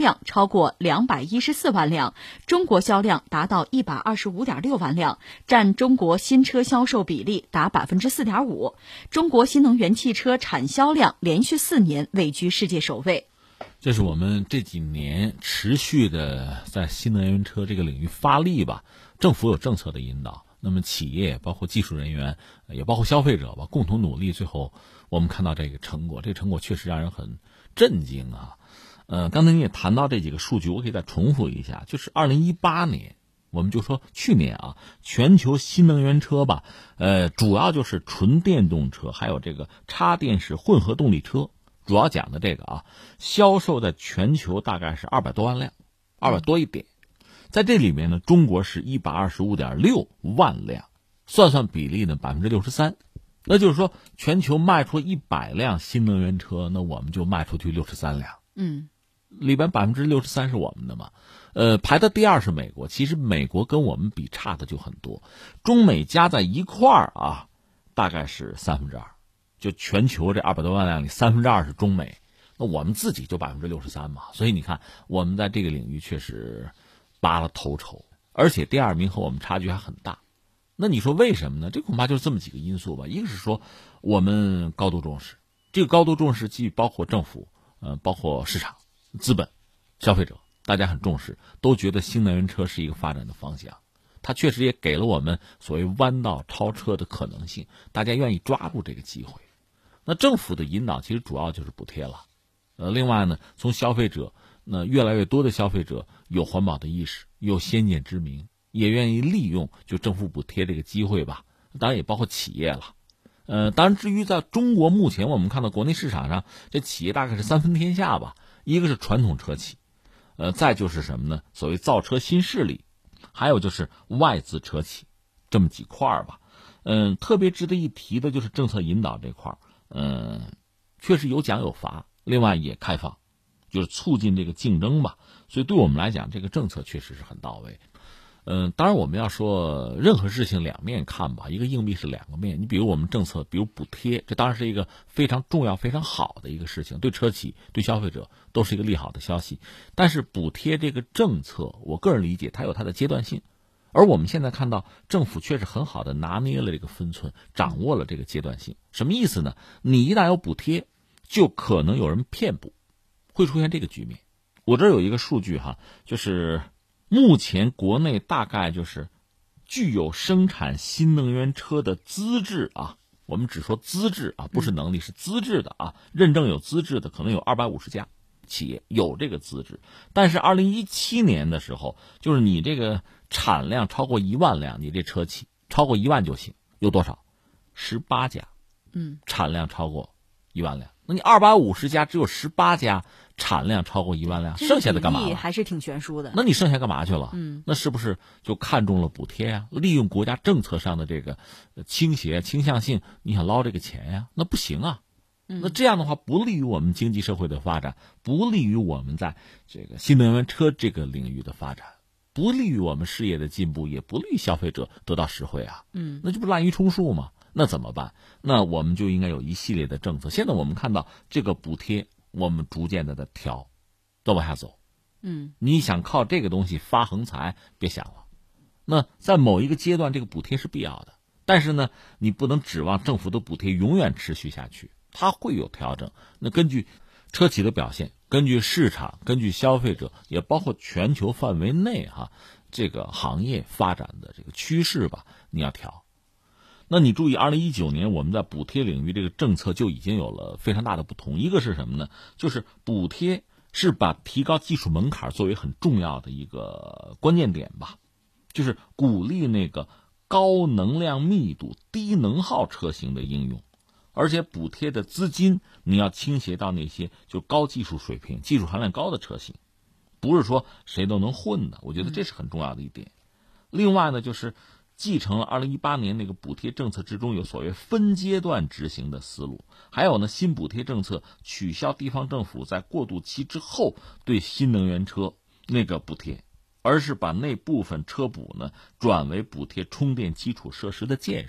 过两百一十四万辆，中国销量达到一百二十五点六万辆，占中国新车销售比例达百分之四点五。中国新能源汽车产销量连续四年位居世界首位。 这是我们这几年持续的在新能源车这个领域发力吧，政府有政策的引导，那么企业包括技术人员也包括消费者吧，共同努力，最后我们看到这个成果，这个成果确实让人很震惊啊。呃，刚才你也谈到这几个数据，我可以再重复一下，就是二零一八年，我们就说去年啊，全球新能源车吧，呃，主要就是纯电动车，还有这个插电式混合动力车。主要讲的这个啊，销售在全球大概是二百多万辆，二百多一点，在这里面呢，中国是一百二十五点六万辆，算算比例呢，百分之六十三。那就是说，全球卖出一百辆新能源车，那我们就卖出去六十三辆。 嗯， 里边百分之六十三是我们的嘛？呃，排的第二是美国，其实美国跟我们比差的就很多，中美加在一块儿啊，大概是三分之二。就全球这二百多万辆里，三分之二是中美，那我们自己就百分之六十三嘛。所以你看，我们在这个领域确实拔了头筹，而且第二名和我们差距还很大。那你说为什么呢？这恐怕就是这么几个因素吧。一个是说我们高度重视，这个高度重视既包括政府，呃，包括市场、资本、消费者，大家很重视，都觉得新能源车是一个发展的方向。它确实也给了我们所谓弯道超车的可能性，大家愿意抓住这个机会。那政府的引导其实主要就是补贴了，呃，另外呢，从消费者，那越来越多的消费者有环保的意识，有先见之明，也愿意利用就政府补贴这个机会吧。当然也包括企业了，呃，当然至于在中国目前我们看到国内市场上，这企业大概是三分天下吧，一个是传统车企，呃，再就是什么呢？所谓造车新势力，还有就是外资车企，这么几块儿吧。嗯，特别值得一提的就是政策引导这块儿。嗯，确实有奖有罚，另外也开放，就是促进这个竞争吧。所以对我们来讲，这个政策确实是很到位。嗯，当然我们要说任何事情两面看吧，一个硬币是两个面。你比如我们政策，比如补贴，这当然是一个非常重要、非常好的一个事情，对车企、对消费者都是一个利好的消息。但是补贴这个政策，我个人理解它有它的阶段性。而我们现在看到政府确实很好的拿捏了这个分寸，掌握了这个阶段性。什么意思呢？你一旦有补贴，就可能有人骗补，会出现这个局面。我这儿有一个数据哈，就是目前国内大概就是具有生产新能源车的资质啊，我们只说资质啊，不是能力，是资质的啊，认证有资质的可能有二百五十家企业有这个资质。但是二零一七年的时候，就是你这个产量超过一万辆，你这车企超过一万就行，有多少？十八家， 嗯， 产量超过一万辆。那你二百五十家只有十八家产量超过一万辆，剩下的干嘛了？ 还是挺悬殊的。 那你剩下干嘛去了？ 嗯， 那是不是就看中了补贴呀、啊？利用国家政策上的这个倾斜倾向性，你想捞这个钱呀、啊？那不行啊。那这样的话，不利于我们经济社会的发展，不利于我们在这个新能源车这个领域的发展，不利于我们事业的进步，也不利于消费者得到实惠啊。 嗯， 那这不滥竽充数吗？那怎么办？那我们就应该有一系列的政策。现在我们看到这个补贴，我们逐渐的在调，再往下走。 嗯， 你想靠这个东西发横财，别想了。那在某一个阶段，这个补贴是必要的，但是呢，你不能指望政府的补贴永远持续下去。它会有调整，那根据车企的表现，根据市场，根据消费者，也包括全球范围内哈这个行业发展的这个趋势吧，你要调。那你注意，二零一九年我们在补贴领域这个政策就已经有了非常大的不同。一个是什么呢？就是补贴是把提高技术门槛作为很重要的一个关键点吧，就是鼓励那个高能量密度、低能耗车型的应用。而且补贴的资金你要倾斜到那些就高技术水平、技术含量高的车型，不是说谁都能混的，我觉得这是很重要的一点。另外呢，就是继承了二零一八年那个补贴政策之中有所谓分阶段执行的思路，还有呢，新补贴政策取消地方政府在过渡期之后对新能源车那个补贴，而是把那部分车补呢转为补贴充电基础设施的建设。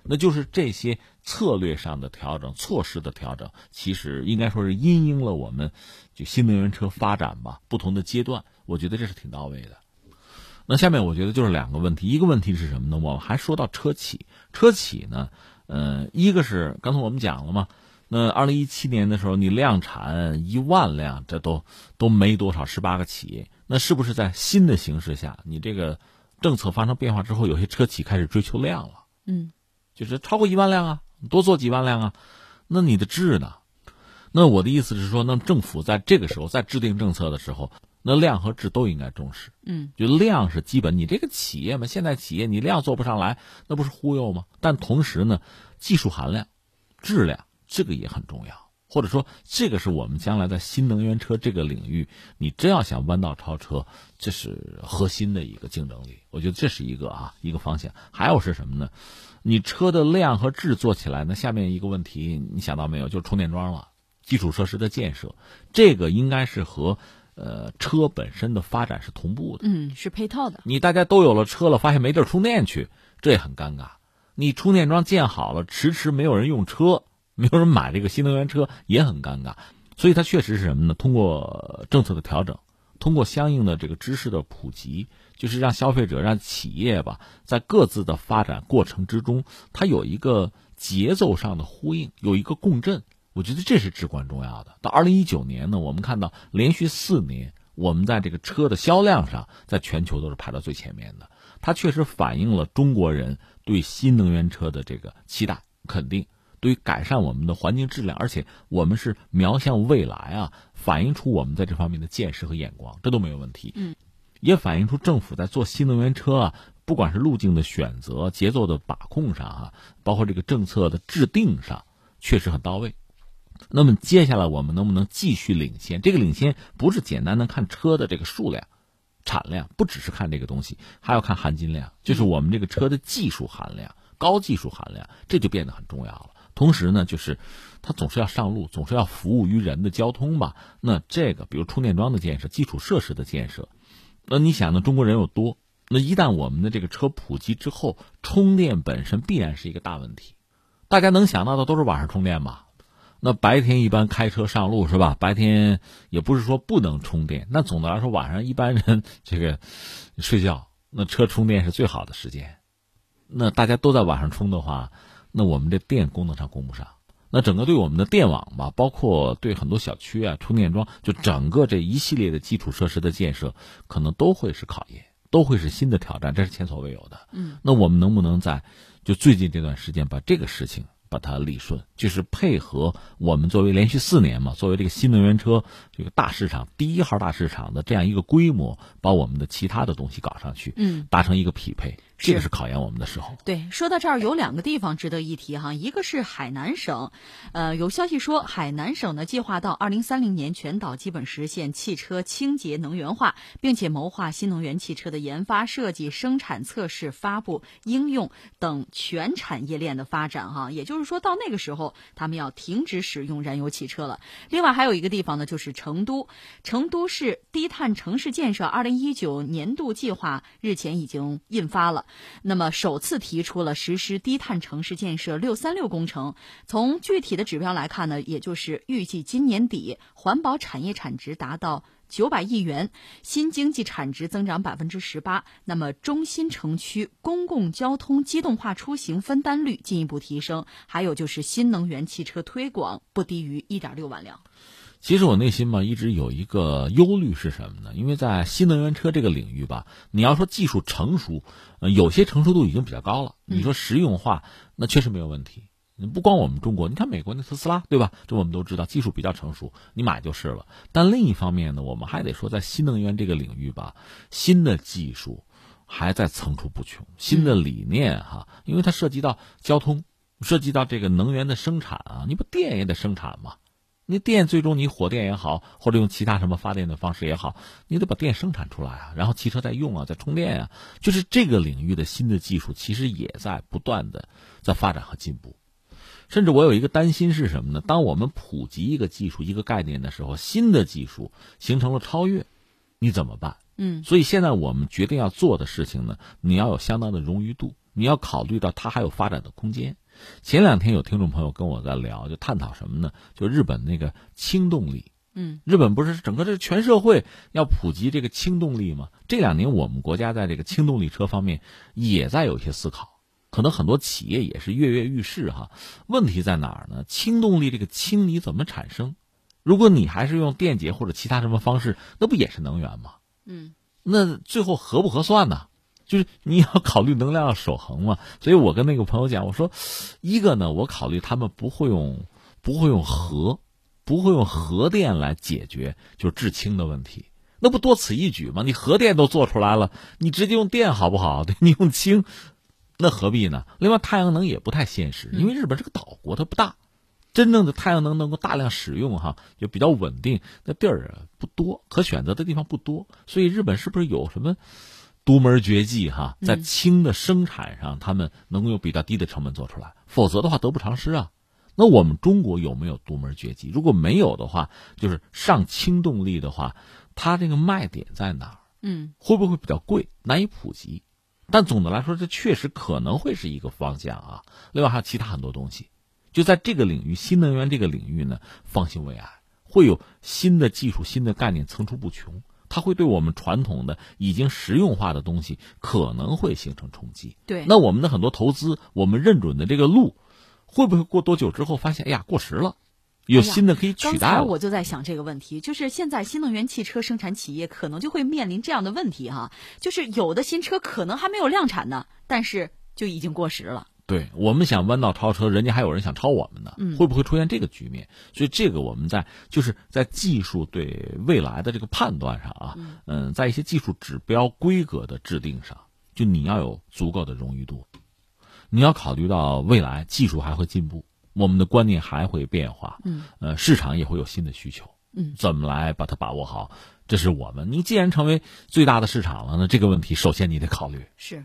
那就是这些策略上的调整、措施的调整，其实应该说是因应了我们就新能源车发展吧不同的阶段，我觉得这是挺到位的。那下面我觉得就是两个问题，一个问题是什么呢？我们还说到车企，车企呢，呃，一个是刚才我们讲了嘛，那二零一七年的时候你量产一万辆，这都都没多少，十八个企业，那是不是在新的形势下，你这个政策发生变化之后，有些车企开始追求量了？ 嗯。 就是超过一万辆啊，多做几万辆啊，那你的质呢？那我的意思是说，那政府在这个时候在制定政策的时候，那量和质都应该重视。 嗯， 就量是基本，你这个企业嘛，现在企业你量做不上来，那不是忽悠吗？但同时呢，技术含量、质量这个也很重要，或者说这个是我们将来在新能源车这个领域，你真要想弯道超车，这是核心的一个竞争力。我觉得这是一个啊一个方向。还有是什么呢？你车的量和质做起来呢，下面一个问题你想到没有？就是充电桩了，基础设施的建设，这个应该是和呃车本身的发展是同步的， 嗯，是配套的。 你大家都有了车了，发现没地儿充电去，这也很尴尬。你充电桩建好了，迟迟没有人用车，没有人买这个新能源车，也很尴尬。所以它确实是什么呢？通过政策的调整，通过相应的这个知识的普及，就是让消费者、让企业吧，在各自的发展过程之中，它有一个节奏上的呼应，有一个共振。我觉得这是至关重要的。到二零一九年呢，我们看到连续四年，我们在这个车的销量上，在全球都是排到最前面的。它确实反映了中国人对新能源车的这个期待、肯定，对于改善我们的环境质量，而且我们是瞄向未来啊，反映出我们在这方面的见识和眼光，这都没有问题。 嗯， 也反映出政府在做新能源车啊，不管是路径的选择、节奏的把控上啊，包括这个政策的制定上，确实很到位。那么接下来我们能不能继续领先？这个领先不是简单的看车的这个数量、产量，不只是看这个东西，还要看含金量，就是我们这个车的技术含量、高技术含量，这就变得很重要了。同时呢，就是它总是要上路，总是要服务于人的交通吧。那这个比如充电桩的建设、基础设施的建设，那你想呢，中国人又多，那一旦我们的这个车普及之后，充电本身必然是一个大问题。大家能想到的都是晚上充电吧？那白天一般开车上路是吧？白天也不是说不能充电，那总的来说晚上一般人这个睡觉，那车充电是最好的时间。那大家都在晚上充的话，那我们这电功能上供不上。那整个对我们的电网吧，包括对很多小区啊、充电桩，就整个这一系列的基础设施的建设，可能都会是考验，都会是新的挑战，这是前所未有的。 嗯， 那我们能不能在就最近这段时间把这个事情把它理顺，就是配合我们作为连续四年嘛，作为这个新能源车这个大市场第一号大市场的这样一个规模，把我们的其他的东西搞上去， 嗯， 达成一个匹配，这个是考验我们的时候。 对，说到这儿有两个地方值得一提哈，一个是海南省，呃，有消息说海南省呢计划到二零三零年全岛基本实现汽车清洁能源化，并且谋划新能源汽车的研发、设计、生产、测试、发布、应用等全产业链的发展哈，也就是说到那个时候他们要停止使用燃油汽车了。另外还有一个地方呢，就是成都，成都市低碳城市建设二零一九年度计划日前已经印发了。那么首次提出了实施低碳城市建设六三六工程，从具体的指标来看呢，也就是预计今年底环保产业产值达到九百亿元，新经济产值增长百分之十八。那么中心城区公共交通机动化出行分担率进一步提升，还有就是新能源汽车推广不低于一点六万辆。 其实我内心嘛一直有一个忧虑是什么呢？因为在新能源车这个领域吧，你要说技术成熟，呃，有些成熟度已经比较高了。你说实用化，那确实没有问题。不光我们中国，你看美国那特斯拉，对吧？这我们都知道，技术比较成熟，你买就是了。但另一方面呢，我们还得说，在新能源这个领域吧，新的技术还在层出不穷，新的理念哈，因为它涉及到交通，涉及到这个能源的生产啊，你不电也得生产嘛。你电最终你火电也好，或者用其他什么发电的方式也好，你得把电生产出来啊，然后汽车在用啊，在充电啊，就是这个领域的新的技术其实也在不断的在发展和进步。甚至我有一个担心是什么呢？当我们普及一个技术一个概念的时候，新的技术形成了超越，你怎么办？ 嗯， 所以现在我们决定要做的事情呢，你要有相当的冗余度， 你要考虑到它还有发展的空间。前两天有听众朋友跟我在聊，就探讨什么呢？就日本那个氢动力。 嗯， 日本不是整个这全社会要普及这个氢动力吗？这两年我们国家在这个氢动力车方面也在有一些思考，可能很多企业也是跃跃欲试哈。问题在哪儿呢？氢动力这个氢你怎么产生？如果你还是用电解或者其他什么方式，那不也是能源吗？ 嗯， 那最后合不合算呢？就是你要考虑能量要守恒嘛。所以我跟那个朋友讲，我说，一个呢，我考虑他们不会用不会用核。不会用核电来解决就是制氢的问题，那不多此一举吗？你核电都做出来了，你直接用电好不好？对，你用氢，那何必呢？另外，太阳能也不太现实，因为日本是个岛国，它不大，真正的太阳能能够大量使用哈，就比较稳定，那地儿啊不多，可选择的地方不多，所以日本是不是有什么独门绝技哈，在氢的生产上，他们能够用比较低的成本做出来，否则的话得不偿失啊。那我们中国有没有独门绝技？如果没有的话，就是上氢动力的话，它这个卖点在哪儿？ 嗯， 会不会比较贵，难以普及？但总的来说，这确实可能会是一个方向啊。另外还有其他很多东西，就在这个领域，新能源这个领域呢，方兴未艾，会有新的技术、新的概念层出不穷。它会对我们传统的已经实用化的东西可能会形成冲击。 对， 那我们的很多投资，我们认准的这个路。会不会过多久之后发现，哎呀，过时了，有新的可以取代了？ 刚才我就在想这个问题，就是现在新能源汽车生产企业可能就会面临这样的问题哈，就是有的新车可能还没有量产呢，但是就已经过时了。 对，我们想弯道超车，人家还有人想超我们呢， 嗯， 会不会出现这个局面？所以这个我们在就是在技术对未来的这个判断上啊，嗯、呃，在一些技术指标规格的制定上，就你要有足够的荣誉度。你要考虑到未来技术还会进步，我们的观念还会变化， 嗯， 呃，市场也会有新的需求， 嗯， 怎么来把它把握好？这是我们，你既然成为最大的市场了，那这个问题首先你得考虑。 是。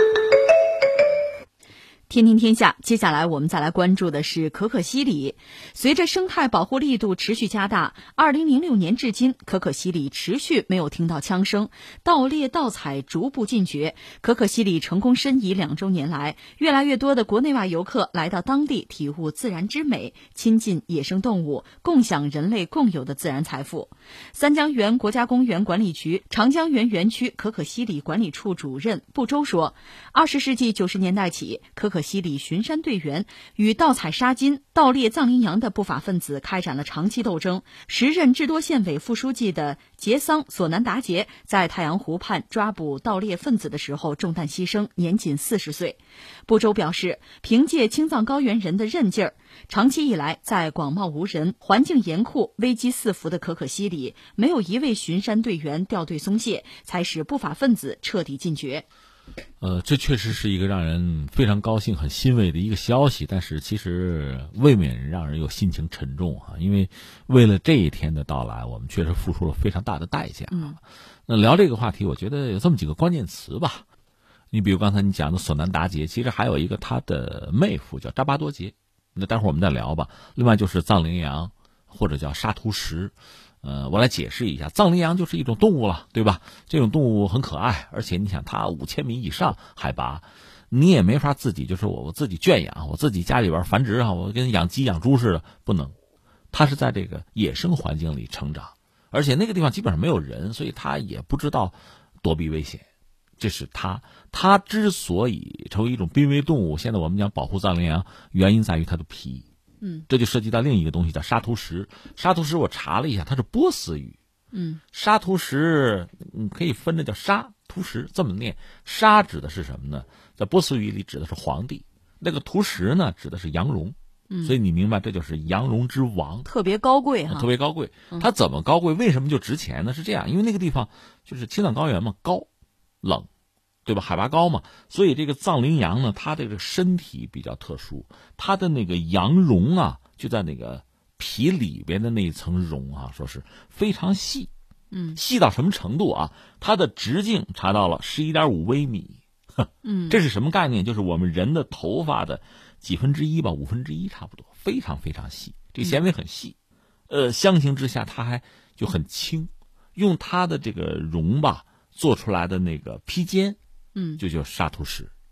天听天下，接下来我们再来关注的是可可西里。随着生态保护力度持续加大，二零零六年至今，可可西里持续没有听到枪声，盗猎盗采逐步禁绝。可可西里成功申遗两周年来，越来越多的国内外游客来到当地，体悟自然之美，亲近野生动物，共享人类共有的自然财富。三江源国家公园管理局长江源园区可可西里管理处主任步周说，二十世纪九十年代起，可可西里巡山队员与盗采沙金、盗猎藏羚羊的不法分子开展了长期斗争。时任智多县委副书记的杰桑索南达杰在太阳湖畔抓捕盗猎分子的时候中弹牺牲，年仅四十岁。步周表示，凭借青藏高原人的韧劲儿，长期以来在广袤无人、环境严酷、危机四伏的可可西里，没有一位巡山队员掉队松懈，才使不法分子彻底禁绝。 呃，这确实是一个让人非常高兴、很欣慰的一个消息，但是其实未免让人有心情沉重啊，因为为了这一天的到来，我们确实付出了非常大的代价。 嗯， 那聊这个话题，我觉得有这么几个关键词吧。你比如刚才你讲的索南达杰，其实还有一个他的妹夫叫扎巴多杰，那待会儿我们再聊吧。另外就是藏羚羊或者叫沙图什。呃，我来解释一下，藏羚羊就是一种动物了，对吧？这种动物很可爱，而且你想它五千米以上海拔，你也没法自己就是我我自己圈养，我自己家里边繁殖啊，我跟养鸡养猪似的，不能。它是在这个野生环境里成长，而且那个地方基本上没有人，所以它也不知道躲避危险。这是它，它之所以成为一种濒危动物，现在我们讲保护藏羚羊，原因在于它的皮。 嗯， 这就涉及到另一个东西，叫沙图什。沙图什我查了一下，它是波斯语。 嗯， 沙图什，你可以分着叫沙图什这么念。沙指的是什么呢？在波斯语里指的是皇帝，那个图什呢指的是羊绒。 嗯， 所以你明白，这就是羊绒之王， 特别高贵哈， 特别高贵。它怎么高贵？为什么就值钱呢？是这样，因为那个地方就是青藏高原嘛，高冷。对吧？海拔高嘛，所以这个藏羚羊呢，它这个身体比较特殊，它的那个羊绒啊，就在那个皮里边的那一层绒啊，说是非常细， 嗯， 细到什么程度啊？它的直径查到了十一点五微米， 嗯， 这是什么概念？就是我们人的头发的几分之一吧，五分之一差不多，非常非常细，这个纤维很细，嗯、呃，相形之下它还就很轻，用它的这个绒吧做出来的那个披肩。 嗯， 就叫沙图什，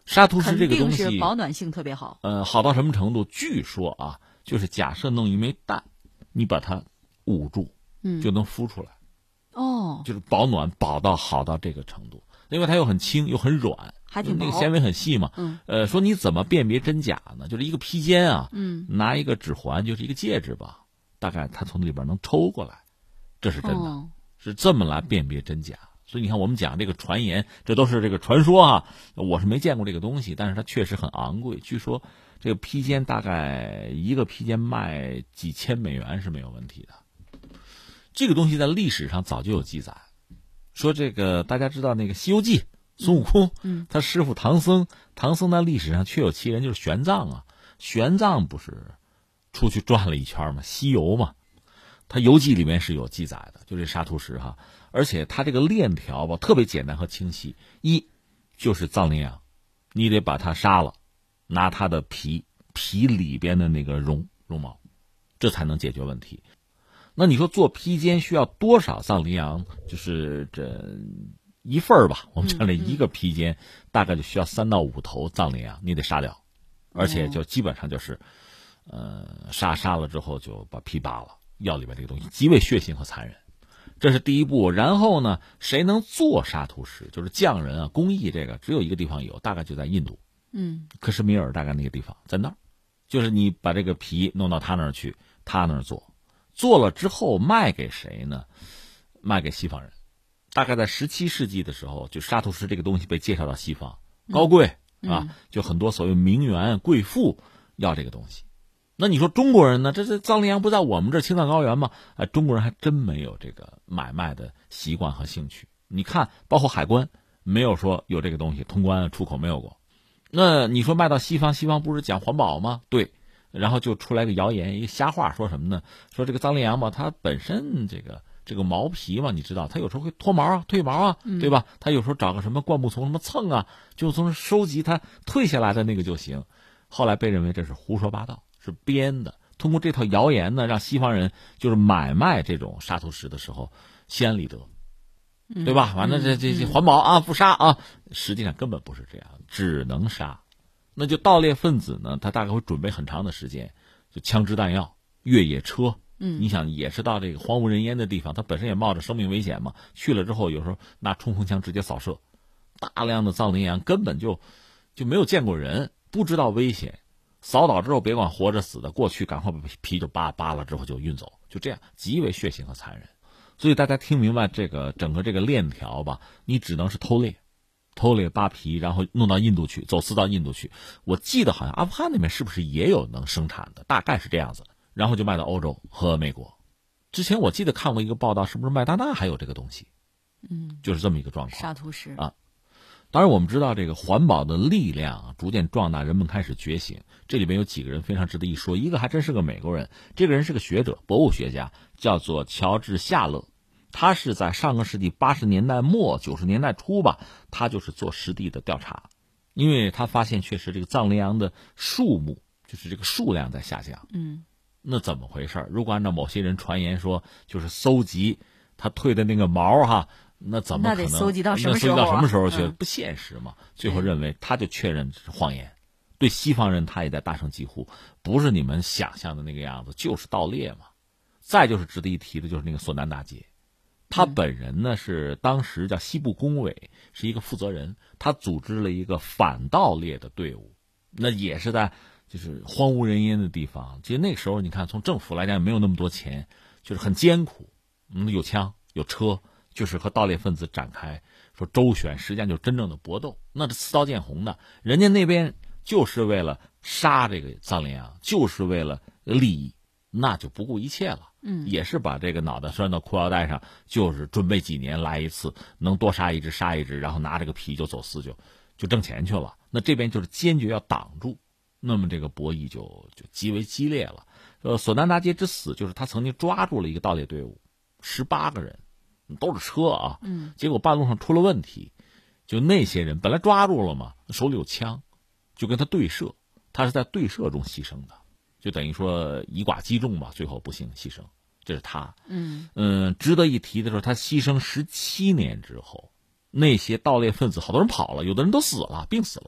沙图石这个东西肯定是保暖性特别好。 呃，好到什么程度？据说啊，就是假设弄一枚蛋，你把它捂住， 嗯， 就能孵出来。 哦， 就是保暖保到好到这个程度，因为它又很轻又很软， 还挺薄， 那个纤维很细嘛。 嗯， 呃，说你怎么辨别真假呢？就是一个披肩啊， 嗯， 拿一个指环，就是一个戒指吧，大概它从里边能抽过来，这是真的， 哦、 是这么来辨别真假。所以你看，我们讲这个传言，这都是这个传说啊。我是没见过这个东西，但是它确实很昂贵。据说这个披肩大概一个披肩卖几千美元是没有问题的。这个东西在历史上早就有记载，说这个大家知道那个《西游记》，孙悟空， 嗯， 他师傅唐僧，唐僧在历史上确有其人，就是玄奘啊。玄奘不是出去转了一圈吗？西游嘛，他游记里面是有记载的，就这沙图石哈。而且它这个链条吧，特别简单和清晰。一就是藏羚羊，你得把它杀了，拿它的皮皮里边的那个绒绒毛，这才能解决问题。那你说做披肩需要多少藏羚羊？就是这一份儿吧，我们讲这一个披肩、嗯嗯、大概就需要三到五头藏羚羊，你得杀掉，而且就基本上就是，呃，杀杀了之后就把皮扒了，要里边这个东西，极为血腥和残忍。这是第一步。然后呢，谁能做沙图石？就是匠人啊，工艺这个只有一个地方有，大概就在印度， 嗯， 克什米尔大概那个地方，在那儿，就是你把这个皮弄到他那儿去，他那儿做。做了之后卖给谁呢？卖给西方人。大概在十七世纪的时候，就沙图石这个东西被介绍到西方，高贵、 嗯、 啊，就很多所谓名媛贵妇要这个东西。那你说中国人呢？这这藏羚羊不在我们这青藏高原吗？哎，中国人还真没有这个买卖的习惯和兴趣。你看，包括海关没有说有这个东西，通关出口没有过。那你说卖到西方，西方不是讲环保吗？对。然后就出来个谣言，一个瞎话，说什么呢？说这个藏羚羊吧，它本身这个这个毛皮嘛，你知道，它有时候会脱毛啊、褪毛啊，对吧？它有时候找个什么灌木丛什么蹭啊，就从收集它退下来的那个就行。后来被认为这是胡说八道，是编的。通过这套谣言呢，让西方人就是买卖这种沙图石的时候心安理得，对吧？反正这这这环保啊，不杀啊，实际上根本不是这样，只能杀。那就盗猎分子呢，他大概会准备很长的时间，就枪支弹药、越野车， 嗯， 你想也是到这个荒无人烟的地方，他本身也冒着生命危险嘛。去了之后，有时候拿冲锋枪直接扫射，大量的藏羚羊根本就就没有见过人，不知道危险，扫倒之后别管活着死的，过去赶快把皮就扒扒了之后就运走，就这样，极为血腥和残忍。所以大家听明白这个整个这个链条吧，你只能是偷猎。偷猎扒皮，然后弄到印度去，走私到印度去。我记得好像阿富汗那边是不是也有能生产的，大概是这样子。然后就卖到欧洲和美国。之前我记得看过一个报道，是不是麦当娜还有这个东西？ 嗯， 就是这么一个状况。 沙图石啊，当然我们知道这个环保的力量逐渐壮大，人们开始觉醒。这里边有几个人非常值得一说，一个还真是个美国人，这个人是个学者、博物学家，叫做乔治·夏勒。他是在上个世纪八十年代末九十年代初吧，他就是做实地的调查，因为他发现确实这个藏羚羊的数目，就是这个数量在下降。 嗯， 那怎么回事？如果按照某些人传言说，就是搜集他褪的那个毛哈，那怎么可能？ 那得搜集到什么时候、啊？搜集到什么时候去？ 嗯、 不现实嘛。最后认为，他就确认是谎言。对西方人，他也在大声疾呼，不是你们想象的那个样子，就是盗猎嘛。再就是值得一提的，就是那个索南大街。他本人呢是当时叫西部工委，是一个负责人，他组织了一个反盗猎的队伍，那也是在就是荒无人烟的地方。其实那个时候你看，从政府来讲也没有那么多钱，就是很艰苦，嗯，有枪有车，就是和盗猎分子展开说周旋，实际上就是真正的搏斗，那是刺刀见红的。人家那边就是为了杀这个藏羚羊，就是为了利益，那就不顾一切了。 嗯， 也是把这个脑袋拴到裤腰带上，就是准备几年来一次，能多杀一只杀一只，然后拿这个皮就走私，就就挣钱去了。那这边就是坚决要挡住，那么这个博弈就就极为激烈了。呃，索南达街之死就是他曾经抓住了一个盗猎队伍，十八个人，都是车啊， 嗯， 结果半路上出了问题，就那些人本来抓住了嘛，手里有枪，就跟他对射，他是在对射中牺牲的。就等于说以寡击众吧，最后不幸牺牲，这是他。 嗯嗯，值得一提的是，他牺牲十七年之后，那些盗猎分子好多人跑了，有的人都死了，病死了，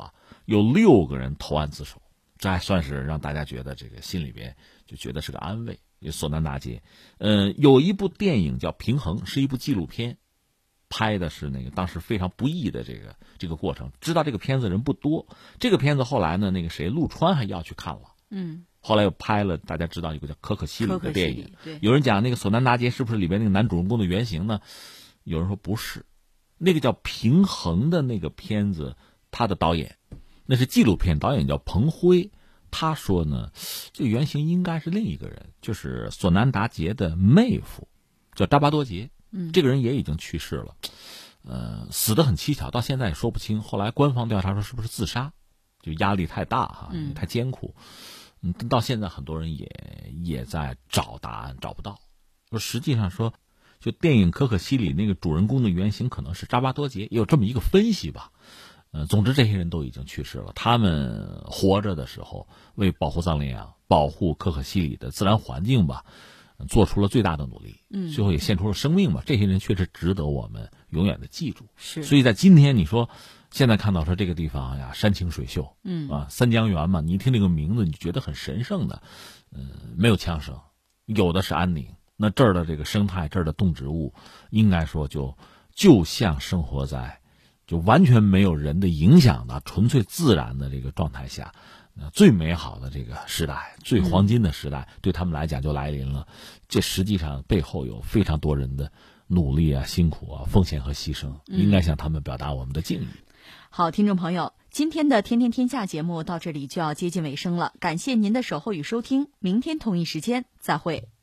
有六个人投案自首，这还算是让大家觉得这个心里边就觉得是个安慰。索南达杰，呃，有一部电影叫《平衡》，是一部纪录片，拍的是那个当时非常不易的这个这个过程。知道这个片子人不多，这个片子后来呢，那个谁陆川还要去看了， 嗯， 后来又拍了，大家知道一个叫《可可西里》的电影。 对， 有人讲那个索南达杰是不是里边那个男主人公的原型呢？有人说不是，那个叫《平衡》的那个片子，他的导演那是纪录片，导演叫彭辉。他说呢，这个原型应该是另一个人，就是索南达杰的妹夫，叫扎巴多杰。 嗯， 这个人也已经去世了，呃，死得很蹊跷，到现在也说不清。后来官方调查说是不是自杀，就压力太大哈， 嗯， 太艰苦。嗯，到现在很多人也也在找答案，找不到。说实际上说，就电影《可可西里》那个主人公的原型可能是扎巴多杰，也有这么一个分析吧。呃，总之这些人都已经去世了。他们活着的时候，为保护藏羚羊、保护可可西里的自然环境吧，做出了最大的努力。 嗯， 最后也献出了生命吧。这些人确实值得我们永远的记住。 是。 所以在今天，你说现在看到说这个地方呀，山清水秀， 嗯啊，三江源嘛，你一听这个名字，你觉得很神圣的，嗯、呃，没有枪声，有的是安宁。那这儿的这个生态，这儿的动植物，应该说就就像生活在。就完全没有人的影响的纯粹自然的这个状态下，最美好的这个时代，最黄金的时代，对他们来讲就来临了。这实际上背后有非常多人的努力啊、辛苦啊、奉献和牺牲，应该向他们表达我们的敬意。 好，听众朋友，今天的《天天天下》节目到这里就要接近尾声了，感谢您的守候与收听，明天同一时间再会。